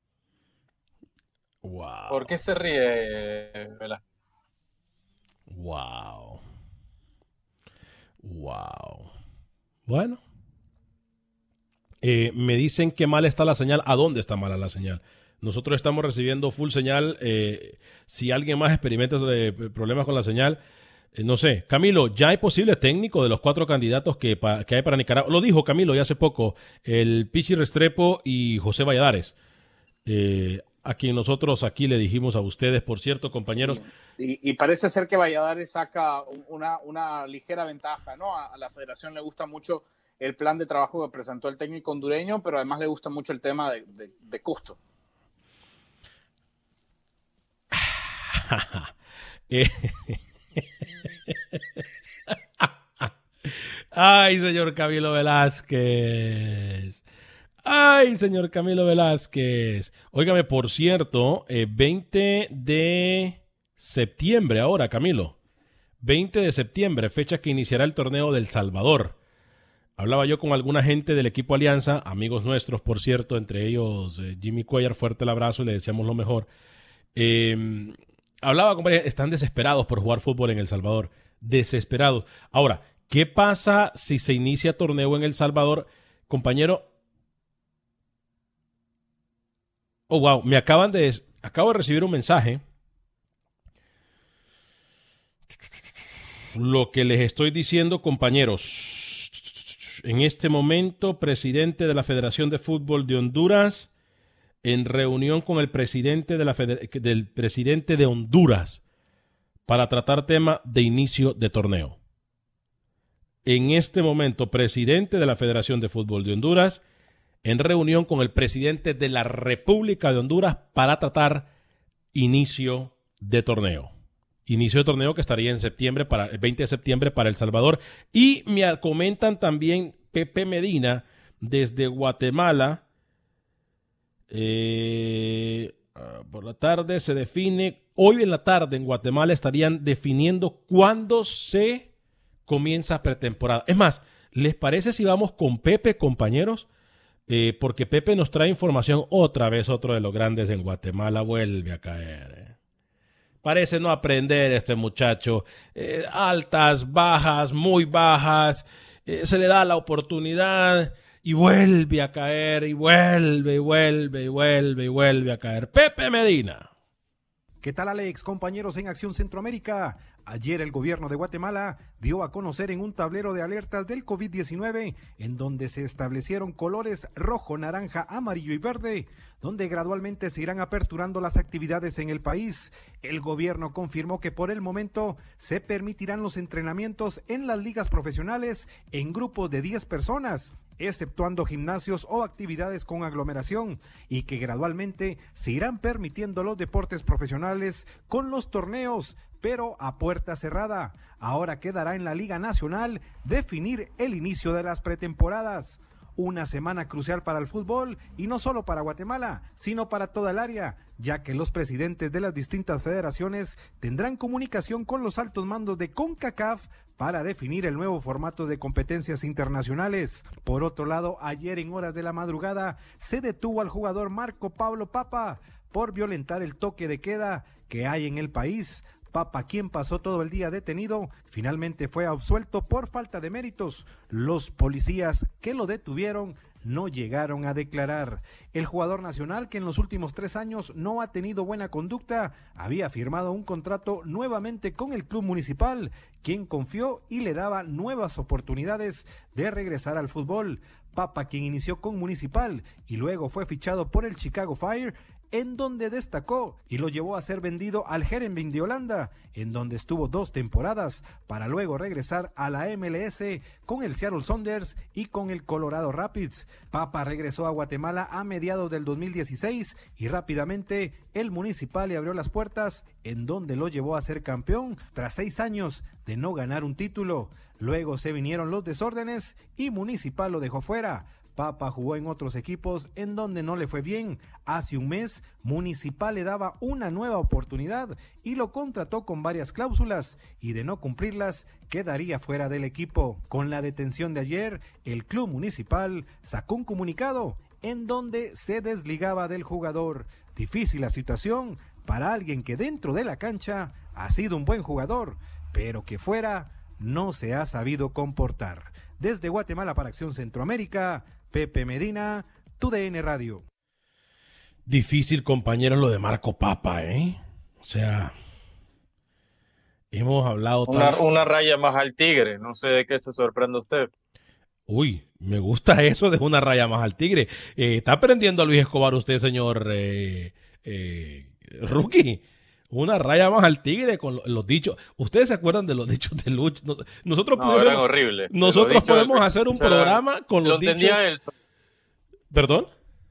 Wow.
¿Por qué se ríe, Velázquez?
Wow. Wow. Bueno. Eh, me dicen que mal está la señal. ¿A dónde está mala la señal? Nosotros estamos recibiendo full señal. Eh, si alguien más experimenta eh, problemas con la señal, eh, no sé. Camilo, ¿ya hay posible técnico de los cuatro candidatos que, pa, que hay para Nicaragua? Lo dijo Camilo ya hace poco, el Pichi Restrepo y José Valladares. Eh, a quien nosotros aquí le dijimos a ustedes, por cierto, compañeros.
Sí. Y, y parece ser que Valladares saca una, una ligera ventaja, ¿no? A, a la federación le gusta mucho el plan de trabajo que presentó el técnico hondureño, pero además le gusta mucho el tema de, de, de costo.
eh. Ay, señor Camilo Velázquez. Ay, señor Camilo Velázquez. Óigame, por cierto, eh, veinte de septiembre ahora, Camilo. veinte de septiembre, fecha que iniciará el torneo del Salvador. Hablaba yo con alguna gente del equipo Alianza, amigos nuestros, por cierto, entre ellos eh, Jimmy Cuellar, fuerte el abrazo y le deseamos lo mejor. Eh, hablaba con varios, están desesperados por jugar fútbol en El Salvador. Desesperados. Ahora, ¿qué pasa si se inicia torneo en El Salvador? Compañero, oh, wow, me acaban de... Acabo de recibir un mensaje. Lo que les estoy diciendo, compañeros. En este momento, presidente de la Federación de Fútbol de Honduras, en reunión con el presidente de la Feder- del presidente de Honduras, para tratar tema de inicio de torneo. En este momento, presidente de la Federación de Fútbol de Honduras, en reunión con el presidente de la República de Honduras para tratar inicio de torneo. Inicio de torneo que estaría en septiembre, para el veinte de septiembre para El Salvador. Y me comentan también Pepe Medina desde Guatemala. Eh, por la tarde se define, hoy en la tarde en Guatemala estarían definiendo cuándo se comienza pretemporada. Es más, ¿les parece si vamos con Pepe, compañeros? Eh, porque Pepe nos trae información, otra vez otro de los grandes en Guatemala vuelve a caer. Eh. Parece no aprender este muchacho. Eh, altas, bajas, muy bajas. Eh, se le da la oportunidad y vuelve a caer, y vuelve, y vuelve, y vuelve, y vuelve a caer. Pepe Medina.
¿Qué tal, Alex? Compañeros en Acción Centroamérica. Ayer el gobierno de Guatemala dio a conocer en un tablero de alertas del COVID diecinueve, en donde se establecieron colores rojo, naranja, amarillo y verde, donde gradualmente se irán aperturando las actividades en el país. El gobierno confirmó que por el momento se permitirán los entrenamientos en las ligas profesionales en grupos de diez personas, exceptuando gimnasios o actividades con aglomeración, y que gradualmente se irán permitiendo los deportes profesionales con los torneos, pero a puerta cerrada. Ahora quedará en la Liga Nacional definir el inicio de las pretemporadas. Una semana crucial para el fútbol, y no solo para Guatemala, sino para toda el área, ya que los presidentes de las distintas federaciones tendrán comunicación con los altos mandos de CONCACAF para definir el nuevo formato de competencias internacionales. Por otro lado, ayer en horas de la madrugada se detuvo al jugador Marco Pablo Papa por violentar el toque de queda que hay en el país. Papa, quien pasó todo el día detenido, finalmente fue absuelto por falta de méritos. Los policías que lo detuvieron no llegaron a declarar. El jugador nacional, que en los últimos tres años no ha tenido buena conducta, había firmado un contrato nuevamente con el club municipal, quien confió y le daba nuevas oportunidades de regresar al fútbol. Papa, quien inició con Municipal y luego fue fichado por el Chicago Fire, en donde destacó y lo llevó a ser vendido al Heerenveen de Holanda, en donde estuvo dos temporadas para luego regresar a la M L S con el Seattle Sounders y con el Colorado Rapids. Papa regresó a Guatemala a mediados del dos mil dieciséis y rápidamente el Municipal le abrió las puertas, en donde lo llevó a ser campeón tras seis años de no ganar un título. Luego se vinieron los desórdenes y Municipal lo dejó fuera. Papa jugó en otros equipos en donde no le fue bien. Hace un mes, Municipal le daba una nueva oportunidad y lo contrató con varias cláusulas, y de no cumplirlas, quedaría fuera del equipo. Con la detención de ayer, el club Municipal sacó un comunicado en donde se desligaba del jugador. Difícil la situación para alguien que dentro de la cancha ha sido un buen jugador, pero que fuera no se ha sabido comportar. Desde Guatemala para Acción Centroamérica, Pepe Medina, T U D N Radio.
Difícil, compañeros, lo de Marco Papa, ¿eh? O sea, hemos hablado...
Una,
tan...
una raya más al tigre, no sé de qué se sorprende usted.
Uy, me gusta eso de una raya más al tigre. Eh, ¿Está aprendiendo a Luis Escobar usted, señor eh, eh, Rookie? Una raya más al tigre con los dichos. ¿Ustedes se acuerdan de los dichos de Lucho? Nosotros
no,
podemos,
eran horribles.
Nosotros podemos del, hacer un programa eran, con los dichos.
Él.
¿Perdón?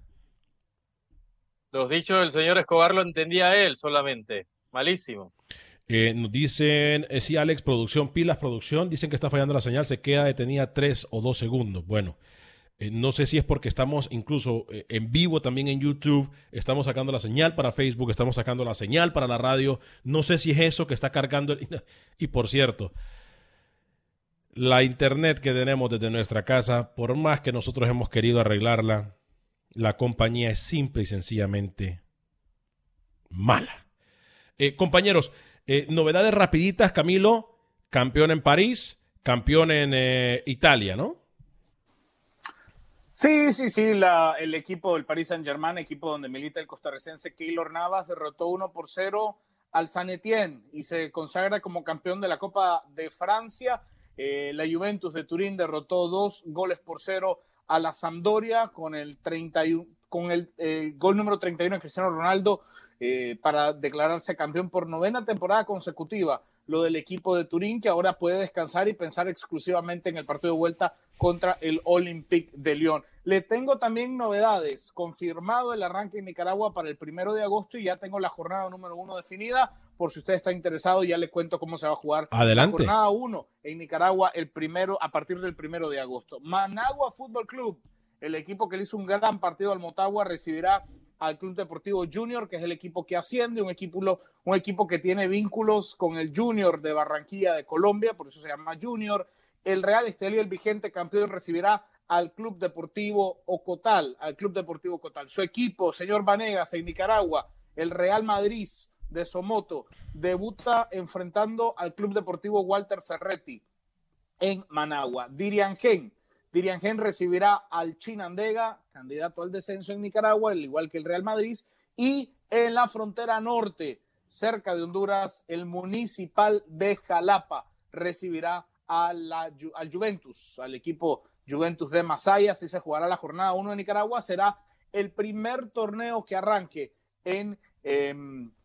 Los dichos del señor Escobar lo entendía él solamente. Malísimo.
Eh, nos dicen, eh, sí, Alex, producción, pilas, producción. Dicen que está fallando la señal, se queda detenida tres o dos segundos. Bueno. Eh, no sé si es porque estamos incluso eh, en vivo también en YouTube, estamos sacando la señal para Facebook, estamos sacando la señal para la radio, no sé si es eso que está cargando. El... Y por cierto, la internet que tenemos desde nuestra casa, por más que nosotros hemos querido arreglarla, la compañía es simple y sencillamente mala. Eh, compañeros, eh, novedades rapiditas, Camilo, campeón en París, campeón en eh, Italia, ¿no?
Sí, sí, sí, la, el equipo del Paris Saint-Germain, equipo donde milita el costarricense Keylor Navas, derrotó uno por cero al Saint-Étienne y se consagra como campeón de la Copa de Francia. Eh, la Juventus de Turín derrotó dos goles por cero a la Sampdoria con el, treinta y uno, con el eh, gol número treinta y uno de Cristiano Ronaldo eh, para declararse campeón por novena temporada consecutiva. Lo del equipo de Turín, que ahora puede descansar y pensar exclusivamente en el partido de vuelta contra el Olympique de Lyon. Le tengo también novedades. Confirmado el arranque en Nicaragua para el primero de agosto y ya tengo la jornada número uno definida. Por si usted está interesado, ya le cuento cómo se va a jugar.
Adelante.
La jornada uno en Nicaragua el primero, a partir del primero de agosto. Managua Fútbol Club, el equipo que le hizo un gran partido al Motagua, recibirá al Club Deportivo Junior, que es el equipo que asciende, un equipo, un equipo que tiene vínculos con el Junior de Barranquilla de Colombia, por eso se llama Junior. El Real Estelí, el vigente campeón, recibirá al Club Deportivo Ocotal, al Club Deportivo Ocotal. Su equipo, señor Vanegas, en Nicaragua, el Real Madrid de Somoto, debuta enfrentando al Club Deportivo Walter Ferretti en Managua. Dirian Gen, Dirian Gen recibirá al Chinandega, candidato al descenso en Nicaragua, al igual que el Real Madrid, y en la frontera norte, cerca de Honduras, el Municipal de Jalapa recibirá a la, al Juventus, al equipo Juventus de Masaya. Así se jugará la jornada uno de Nicaragua. Será el primer torneo que arranque en, eh,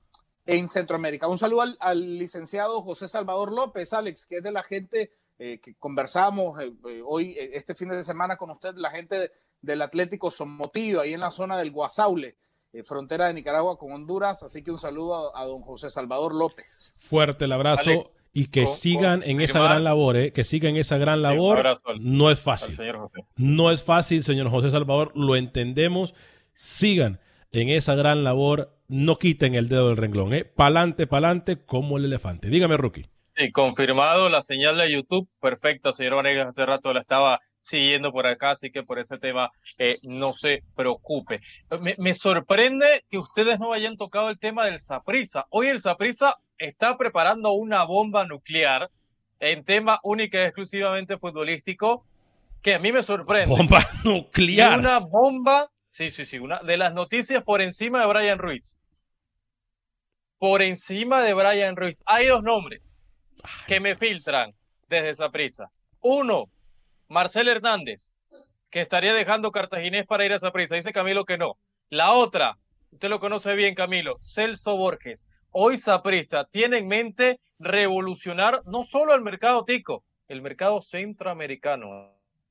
en Centroamérica. Un saludo al, al licenciado José Salvador López, Alex, que es de la gente eh, que conversamos eh, eh, hoy, eh, este fin de semana con usted, la gente de, del Atlético Somotillo, ahí en la zona del Guasaule, eh, frontera de Nicaragua con Honduras. Así que un saludo a, a don José Salvador López.
Fuerte el abrazo. Alex. Y que con, sigan con, en esa gran labor, ¿eh? que sigan en esa gran labor, al, no es fácil. No es fácil, señor José Salvador, lo entendemos. Sigan en esa gran labor, no quiten el dedo del renglón, ¿eh? Pa'lante, pa'lante, como el elefante. Dígame, Rookie.
Sí, confirmado la señal de YouTube, perfecta, señor Vanegas, hace rato la estaba siguiendo por acá, así que por ese tema eh, no se preocupe. Me, me sorprende que ustedes no hayan tocado el tema del Saprissa. Hoy el Saprissa está preparando una bomba nuclear en tema única y exclusivamente futbolístico, que a mí me sorprende.
Bomba nuclear.
Y una bomba, sí, sí, sí, una de las noticias por encima de Brian Ruiz. Por encima de Brian Ruiz. Hay dos nombres que me filtran desde Saprissa. Uno, Marcel Hernández, que estaría dejando Cartaginés para ir a Saprissa. Dice Camilo que no. La otra, usted lo conoce bien, Camilo, Celso Borges. Hoy Saprissa tiene en mente revolucionar no solo el mercado tico, el mercado centroamericano.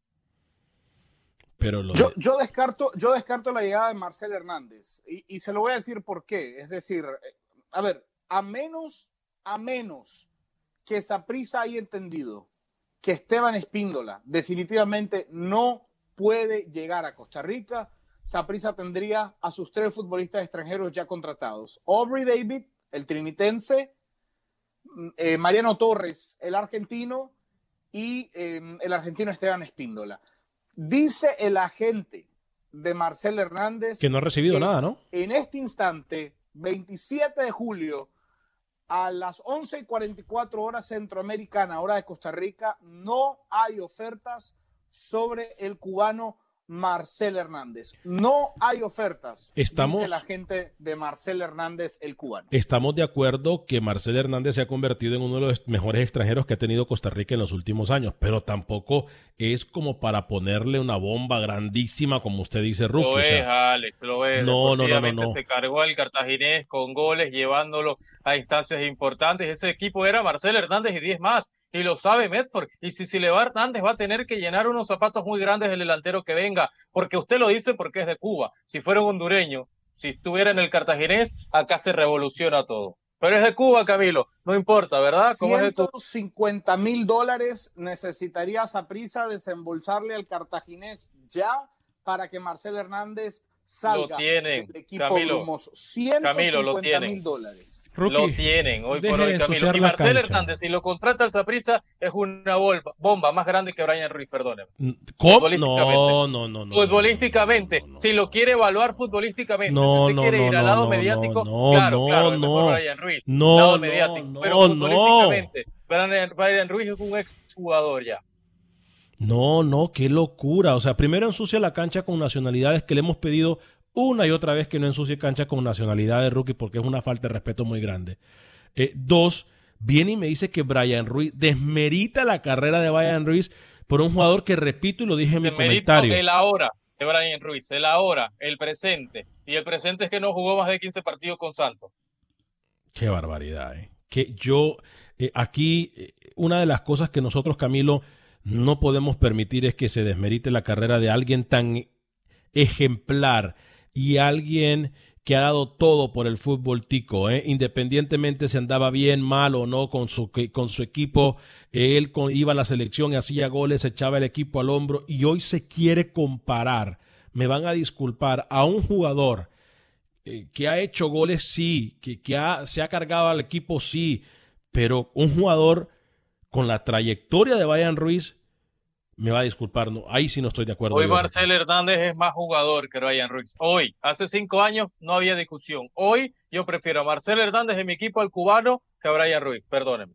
Pero lo
yo,
de...
yo, descarto, yo descarto la llegada de Marcel Hernández y, y se lo voy a decir por qué. Es decir, a ver, a menos, a menos que Saprissa haya entendido que Esteban Espíndola definitivamente no puede llegar a Costa Rica, Saprissa tendría a sus tres futbolistas extranjeros ya contratados. Aubrey David, el trinitense, eh, Mariano Torres, el argentino, y eh, el argentino Esteban Espíndola. Dice el agente de Marcel Hernández
que no ha recibido
que
nada, ¿no?
En este instante, veintisiete de julio, a las once y cuarenta y cuatro horas centroamericana, hora de Costa Rica, no hay ofertas sobre el cubano Marcel Hernández. No hay ofertas,
Estamos,
dice la gente de Marcel Hernández, el cubano.
Estamos de acuerdo que Marcel Hernández se ha convertido en uno de los mejores extranjeros que ha tenido Costa Rica en los últimos años, pero tampoco es como para ponerle una bomba grandísima, como usted dice, Rookie.
Lo
o
es,
sea,
Alex, lo es.
No, no, no, no, no.
Se cargó al Cartaginés con goles, llevándolo a instancias importantes. Ese equipo era Marcel Hernández y diez más, y lo sabe Medford. Y si se le va Hernández, va a tener que llenar unos zapatos muy grandes el delantero que venga, porque usted lo dice porque es de Cuba. Si fuera un hondureño, si estuviera en el Cartaginés, acá se revoluciona todo. Pero es de Cuba, Camilo, no importa, ¿verdad?
ciento cincuenta mil dólares necesitaría Saprissa desembolsarle al Cartaginés ya para que Marcel Hernández salga
lo tienen,
del equipo
Camilo,
brumoso. ciento cincuenta mil dólares.
Rookie, lo tienen hoy por hoy, Camilo. Y Marcel Hernández, si lo contrata el Saprissa, es una bomba, bomba más grande que Brian Ruiz, perdóneme.
¿Cómo? No, no, no, no.
Futbolísticamente, no, no, no, no. Si lo quiere evaluar futbolísticamente,
no,
si usted
no,
quiere
no,
ir
no,
al lado
no,
mediático,
no,
claro,
no,
claro, es
no,
mejor Brian Ruiz,
no,
lado
no,
mediático,
no,
pero
no,
futbolísticamente, Brian, Brian Ruiz es un exjugador ya.
No, no, qué locura. O sea, primero ensucia la cancha con nacionalidades que le hemos pedido una y otra vez que no ensucie cancha con nacionalidades, Rookie, porque es una falta de respeto muy grande. Eh, dos, viene y me dice que Brian Ruiz desmerita la carrera de Brian Ruiz por un jugador que, repito y lo dije en mi comentario.
El ahora de Brian Ruiz, el ahora, el presente. Y el presente es que no jugó más de quince partidos con Santos.
Qué barbaridad, ¿eh? Que yo, eh, aquí, eh, una de las cosas que nosotros, Camilo, no podemos permitir es que se desmerite la carrera de alguien tan ejemplar y alguien que ha dado todo por el fútbol tico, ¿eh? Independientemente si andaba bien, mal o no con su, con su equipo, él con, iba a la selección y hacía goles, echaba el equipo al hombro, y hoy se quiere comparar, me van a disculpar, a un jugador eh, que ha hecho goles, sí, que, que ha, se ha cargado al equipo, sí, pero un jugador con la trayectoria de Brian Ruiz, me va a disculpar, no, ahí sí no estoy de acuerdo.
Hoy Marcel Hernández es más jugador que Brian Ruiz. Hoy, hace cinco años no había discusión. Hoy yo prefiero a Marcel Hernández en mi equipo al cubano que a Brian Ruiz, perdónenme.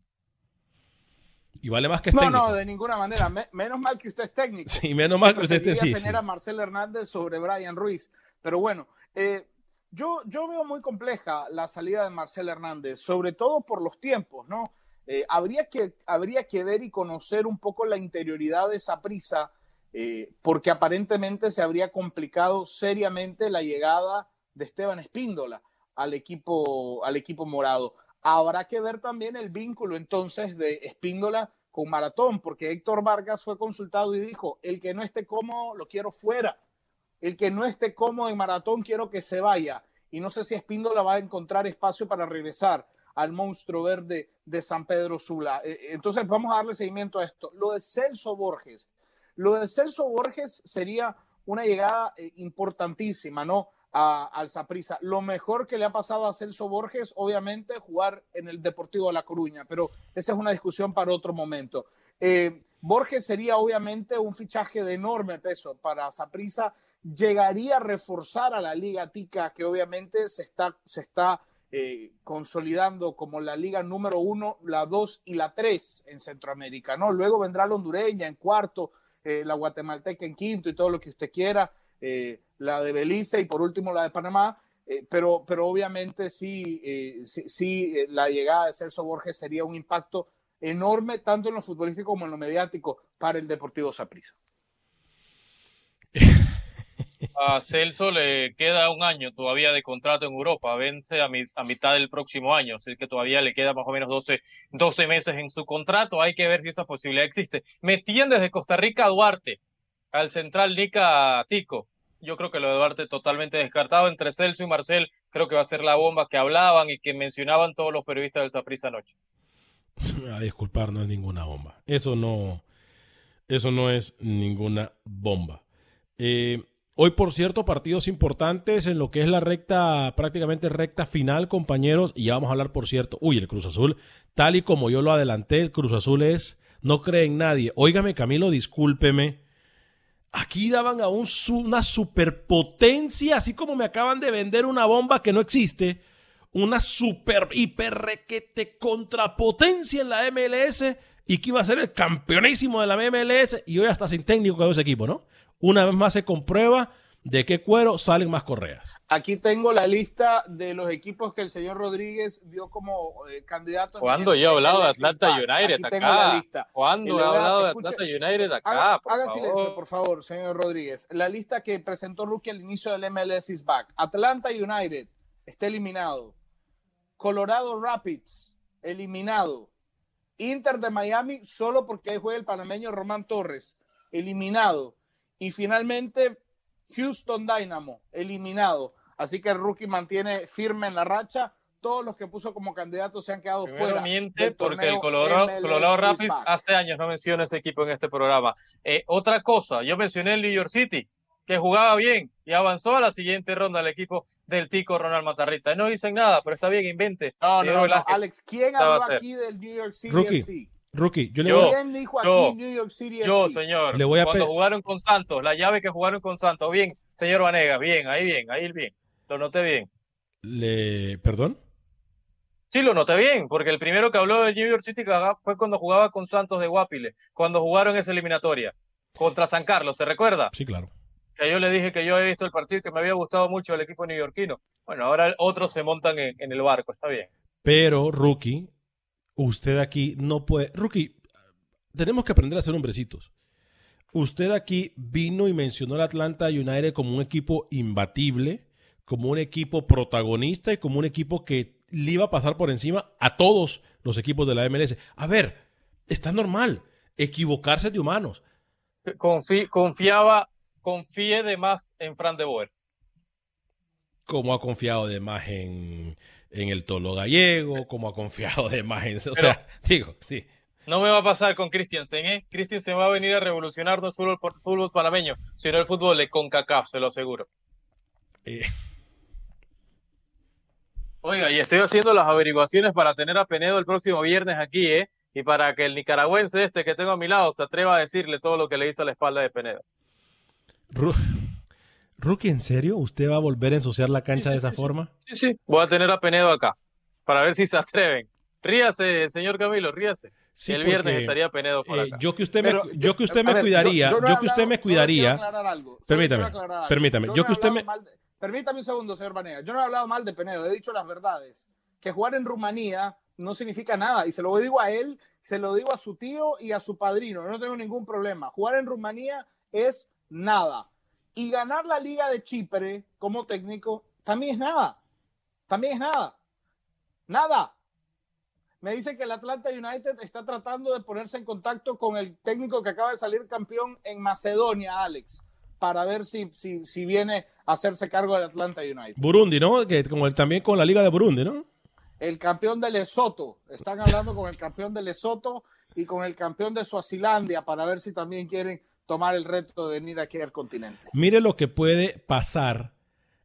Y vale más que es
no,
técnico.
No, de ninguna manera. Me, menos mal que usted es técnico.
Sí, menos mal que usted esté sí,
tener
sí.
a Marcel Hernández sobre Brian Ruiz. Pero bueno, eh, yo, yo veo muy compleja la salida de Marcel Hernández, sobre todo por los tiempos, ¿no? Eh, habría, que, habría que ver y conocer un poco la interioridad de Saprissa, eh, porque aparentemente se habría complicado seriamente la llegada de Esteban Espíndola al equipo, al equipo morado. Habrá que ver también el vínculo entonces de Espíndola con Maratón, porque Héctor Vargas fue consultado y dijo, el que no esté cómodo lo quiero fuera, el que no esté cómodo en Maratón quiero que se vaya, y no sé si Espíndola va a encontrar espacio para regresar al monstruo verde de San Pedro Sula. Entonces vamos a darle seguimiento a esto. Lo de Celso Borges. Lo de Celso Borges sería una llegada eh, importantísima, ¿no? a, al Saprissa. Lo mejor que le ha pasado a Celso Borges, obviamente, jugar en el Deportivo de La Coruña, pero esa es una discusión para otro momento. Eh, Borges sería obviamente un fichaje de enorme peso para Saprissa, llegaría a reforzar a la Liga Tica, que obviamente se está, se está eh, consolidando como la liga número uno, la dos y la tres en Centroamérica, ¿no? Luego vendrá la hondureña en cuarto, eh, la guatemalteca en quinto y todo lo que usted quiera, eh, la de Belice y por último la de Panamá, eh, pero, pero obviamente sí, eh, sí, sí eh, la llegada de Celso Borges sería un impacto enorme tanto en lo futbolístico como en lo mediático para el Deportivo Saprissa.
A Celso le queda un año todavía de contrato en Europa, vence a, mi, a mitad del próximo año, así que todavía le queda más o menos doce, doce meses en su contrato, hay que ver si esa posibilidad existe. Metían desde Costa Rica a Duarte, al central Nica Tico, yo creo que lo de Duarte totalmente descartado, entre Celso y Marcel creo que va a ser la bomba que hablaban y que mencionaban todos los periodistas del Saprissa anoche.
A disculpar, no es ninguna bomba. Eso no, eso no es ninguna bomba. Eh, hoy, por cierto, partidos importantes en lo que es la recta, prácticamente recta final, compañeros. Y ya vamos a hablar, por cierto, uy, el Cruz Azul, tal y como yo lo adelanté, el Cruz Azul es, no cree en nadie. Óigame, Camilo, discúlpeme. Aquí daban a un, una superpotencia, así como me acaban de vender una bomba que no existe. Una super hiper requete contrapotencia en la M L S y que iba a ser el campeonísimo de la M L S y hoy hasta sin técnico quedó ese equipo, ¿no? Una vez más se comprueba de qué cuero salen más correas.
Aquí tengo la lista de los equipos que el señor Rodríguez dio como eh, candidatos.
¿Cuándo yo he hablado de Atlanta United acá? ¿Cuándo he hablado de Atlanta United acá?
Haga,
por
haga
favor.
silencio, por favor, señor Rodríguez. La lista que presentó Rookie al inicio del M L S is back. Atlanta United está eliminado. Colorado Rapids, eliminado. Inter de Miami, solo porque ahí juega el panameño Román Torres, eliminado. Y finalmente, Houston Dynamo, eliminado. Así que el Rookie mantiene firme en la racha. Todos los que puso como candidatos se han quedado
Primero
fuera.
miente porque el Colorado, Colorado Rapids hace años no menciona ese equipo en este programa. Eh, otra cosa, yo mencioné el New York City, que jugaba bien y avanzó a la siguiente ronda el equipo del Tico Ronald Matarrita. No dicen nada, pero está bien, invente.
No, no, no, no. Alex, ¿quién habló aquí del New York City
Rookie,
F C?
Rookie, yo le
yo,
voy a...
¿Quién dijo
yo,
aquí New York City
yo,
F C?
señor,
le voy a
cuando
pe...
jugaron con Santos, la llave que jugaron con Santos, bien, señor Vanega, bien, ahí bien, ahí bien, lo noté bien.
Le... ¿Perdón?
Sí, lo noté bien, porque el primero que habló del New York City fue cuando jugaba con Santos de Guapile, cuando jugaron esa eliminatoria contra San Carlos, ¿se recuerda?
Sí, claro.
Que yo le dije que yo he visto el partido y que me había gustado mucho el equipo neoyorquino. Bueno, ahora otros se montan en, en el barco, está bien.
Pero, Rookie, usted aquí no puede... Rookie, tenemos que aprender a ser hombrecitos. Usted aquí vino y mencionó al Atlanta United como un equipo imbatible, como un equipo protagonista y como un equipo que le iba a pasar por encima a todos los equipos de la M L S. A ver, está normal equivocarse de humanos.
Confi confiaba... Confíe de más en Fran de Boer.
Como ha confiado de más en, en el Tolo Gallego, como ha confiado de más en... O Pero, sea, digo, sí.
No me va a pasar con Christiansen, ¿eh? Christiansen va a venir a revolucionar no solo el fútbol panameño, sino el fútbol de CONCACAF, se lo aseguro. Eh. Oiga, y estoy haciendo las averiguaciones para tener a Penedo el próximo viernes aquí, ¿eh? Y para que el nicaragüense este que tengo a mi lado se atreva a decirle todo lo que le hizo a la espalda de Penedo.
Rookie, ¿en serio? ¿Usted va a volver a ensuciar la cancha sí, sí, de esa
sí,
forma?
Sí, sí, voy a tener a Penedo acá, para ver si se atreven. Ríase, señor Camilo, ríase. Sí, el viernes porque, estaría Penedo por acá.
Eh, yo que usted me, Pero, yo que usted me ver, cuidaría, yo, yo, no yo que usted me cuidaría... Permítame, permítame.
Yo,
yo
no
que usted me...
De, permítame un segundo, señor Vanega. Yo no he hablado mal de Penedo, he dicho las verdades. Que jugar en Rumanía no significa nada. Y se lo digo a él, se lo digo a su tío y a su padrino. No tengo ningún problema. Jugar en Rumanía es nada. Y ganar la Liga de Chipre como técnico también es nada. También es nada. Nada. Me dicen que el Atlanta United está tratando de ponerse en contacto con el técnico que acaba de salir campeón en Macedonia, Alex, para ver si, si, si viene a hacerse cargo del Atlanta United.
Burundi, ¿no? Que como el, también con la Liga de Burundi, ¿no?
El campeón de Lesoto. Están hablando con el campeón de Lesoto y con el campeón de Suazilandia para ver si también quieren tomar el reto de venir aquí al continente.
Mire lo que puede pasar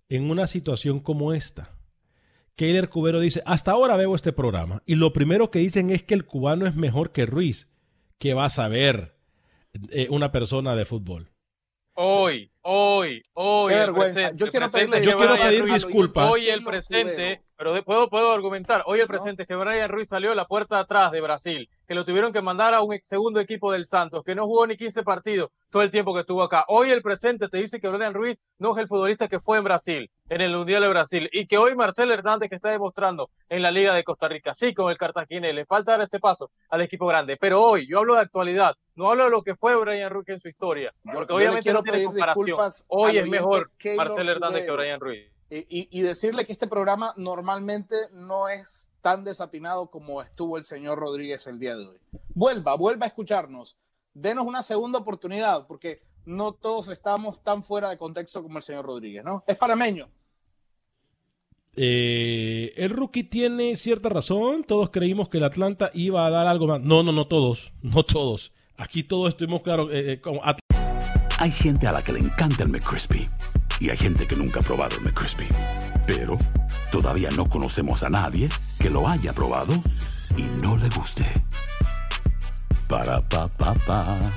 en una situación como esta? Keiler Cubero dice, hasta ahora veo este programa y lo primero que dicen es que el cubano es mejor que Ruiz. ¿Qué va a saber eh, una persona de fútbol?
Hoy, hoy, hoy.
Qué
el
vergüenza.
presente,
Yo quiero
el presente
pedirle-
es que
Yo quiero
Brian
pedir
Ruiz-
disculpas.
Hoy el presente, pero de- puedo, puedo argumentar, hoy el presente es que Brian Ruiz salió de la puerta de atrás de Brasil, que lo tuvieron que mandar a un ex- segundo equipo del Santos, que no jugó ni quince partidos todo el tiempo que estuvo acá. Hoy el presente te dice que Brian Ruiz no es el futbolista que fue en Brasil, en el Mundial de Brasil, y que hoy Marcelo Hernández que está demostrando en la Liga de Costa Rica, sí, con el Cartaginés, le falta dar ese paso al equipo grande, pero hoy yo hablo de actualidad, no hablo de lo que fue Brian Ruiz en su historia, porque
yo le
obviamente
quiero
no tiene
pedir
comparación.
disculpas
Hoy
al
es
oyente
mejor
Keylor
Marcelo Hernández que
Cubero.
Brian Ruiz.
Y, y- y decirle que este programa normalmente no es tan desatinado como estuvo el señor Rodríguez el día de hoy. Vuelva, vuelva a escucharnos. Denos una segunda oportunidad, porque no todos estamos tan fuera de contexto como el señor Rodríguez, ¿no? Es panameño.
Eh, el rookie tiene cierta razón. Todos creímos que el Atlanta iba a dar algo más. No, no, no todos. No todos. Aquí todos estuvimos claros. Eh, eh, como At-
Hay gente a la que le encanta el McCrispy y hay gente que nunca ha probado el McCrispy. Pero todavía no conocemos a nadie que lo haya probado y no le guste. Para pa pa pa.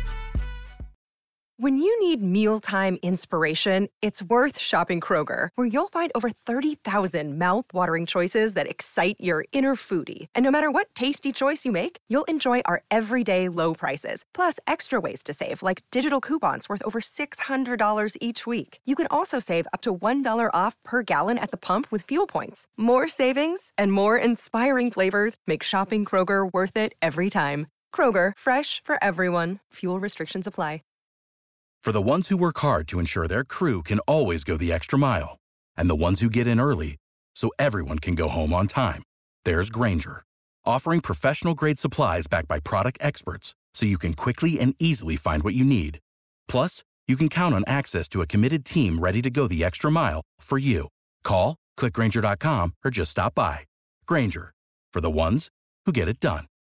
When you need mealtime inspiration, it's worth shopping Kroger, where you'll find over thirty thousand mouth-watering choices that excite your inner foodie. And no matter what tasty choice you make, you'll enjoy our everyday low prices, plus extra ways to save, like digital coupons worth over six hundred dollars each week. You can also save up to one dollar off per gallon at the pump with fuel points. More savings and more inspiring flavors make shopping Kroger worth it every time. Kroger, fresh for everyone. Fuel restrictions apply.
For the ones who work hard to ensure their crew can always go the extra mile, and the ones who get in early so everyone can go home on time, there's Grainger, offering professional-grade supplies backed by product experts so you can quickly and easily find what you need. Plus, you can count on access to a committed team ready to go the extra mile for you. Call, click Grainger dot com, or just stop by. Grainger, for the ones who get it done.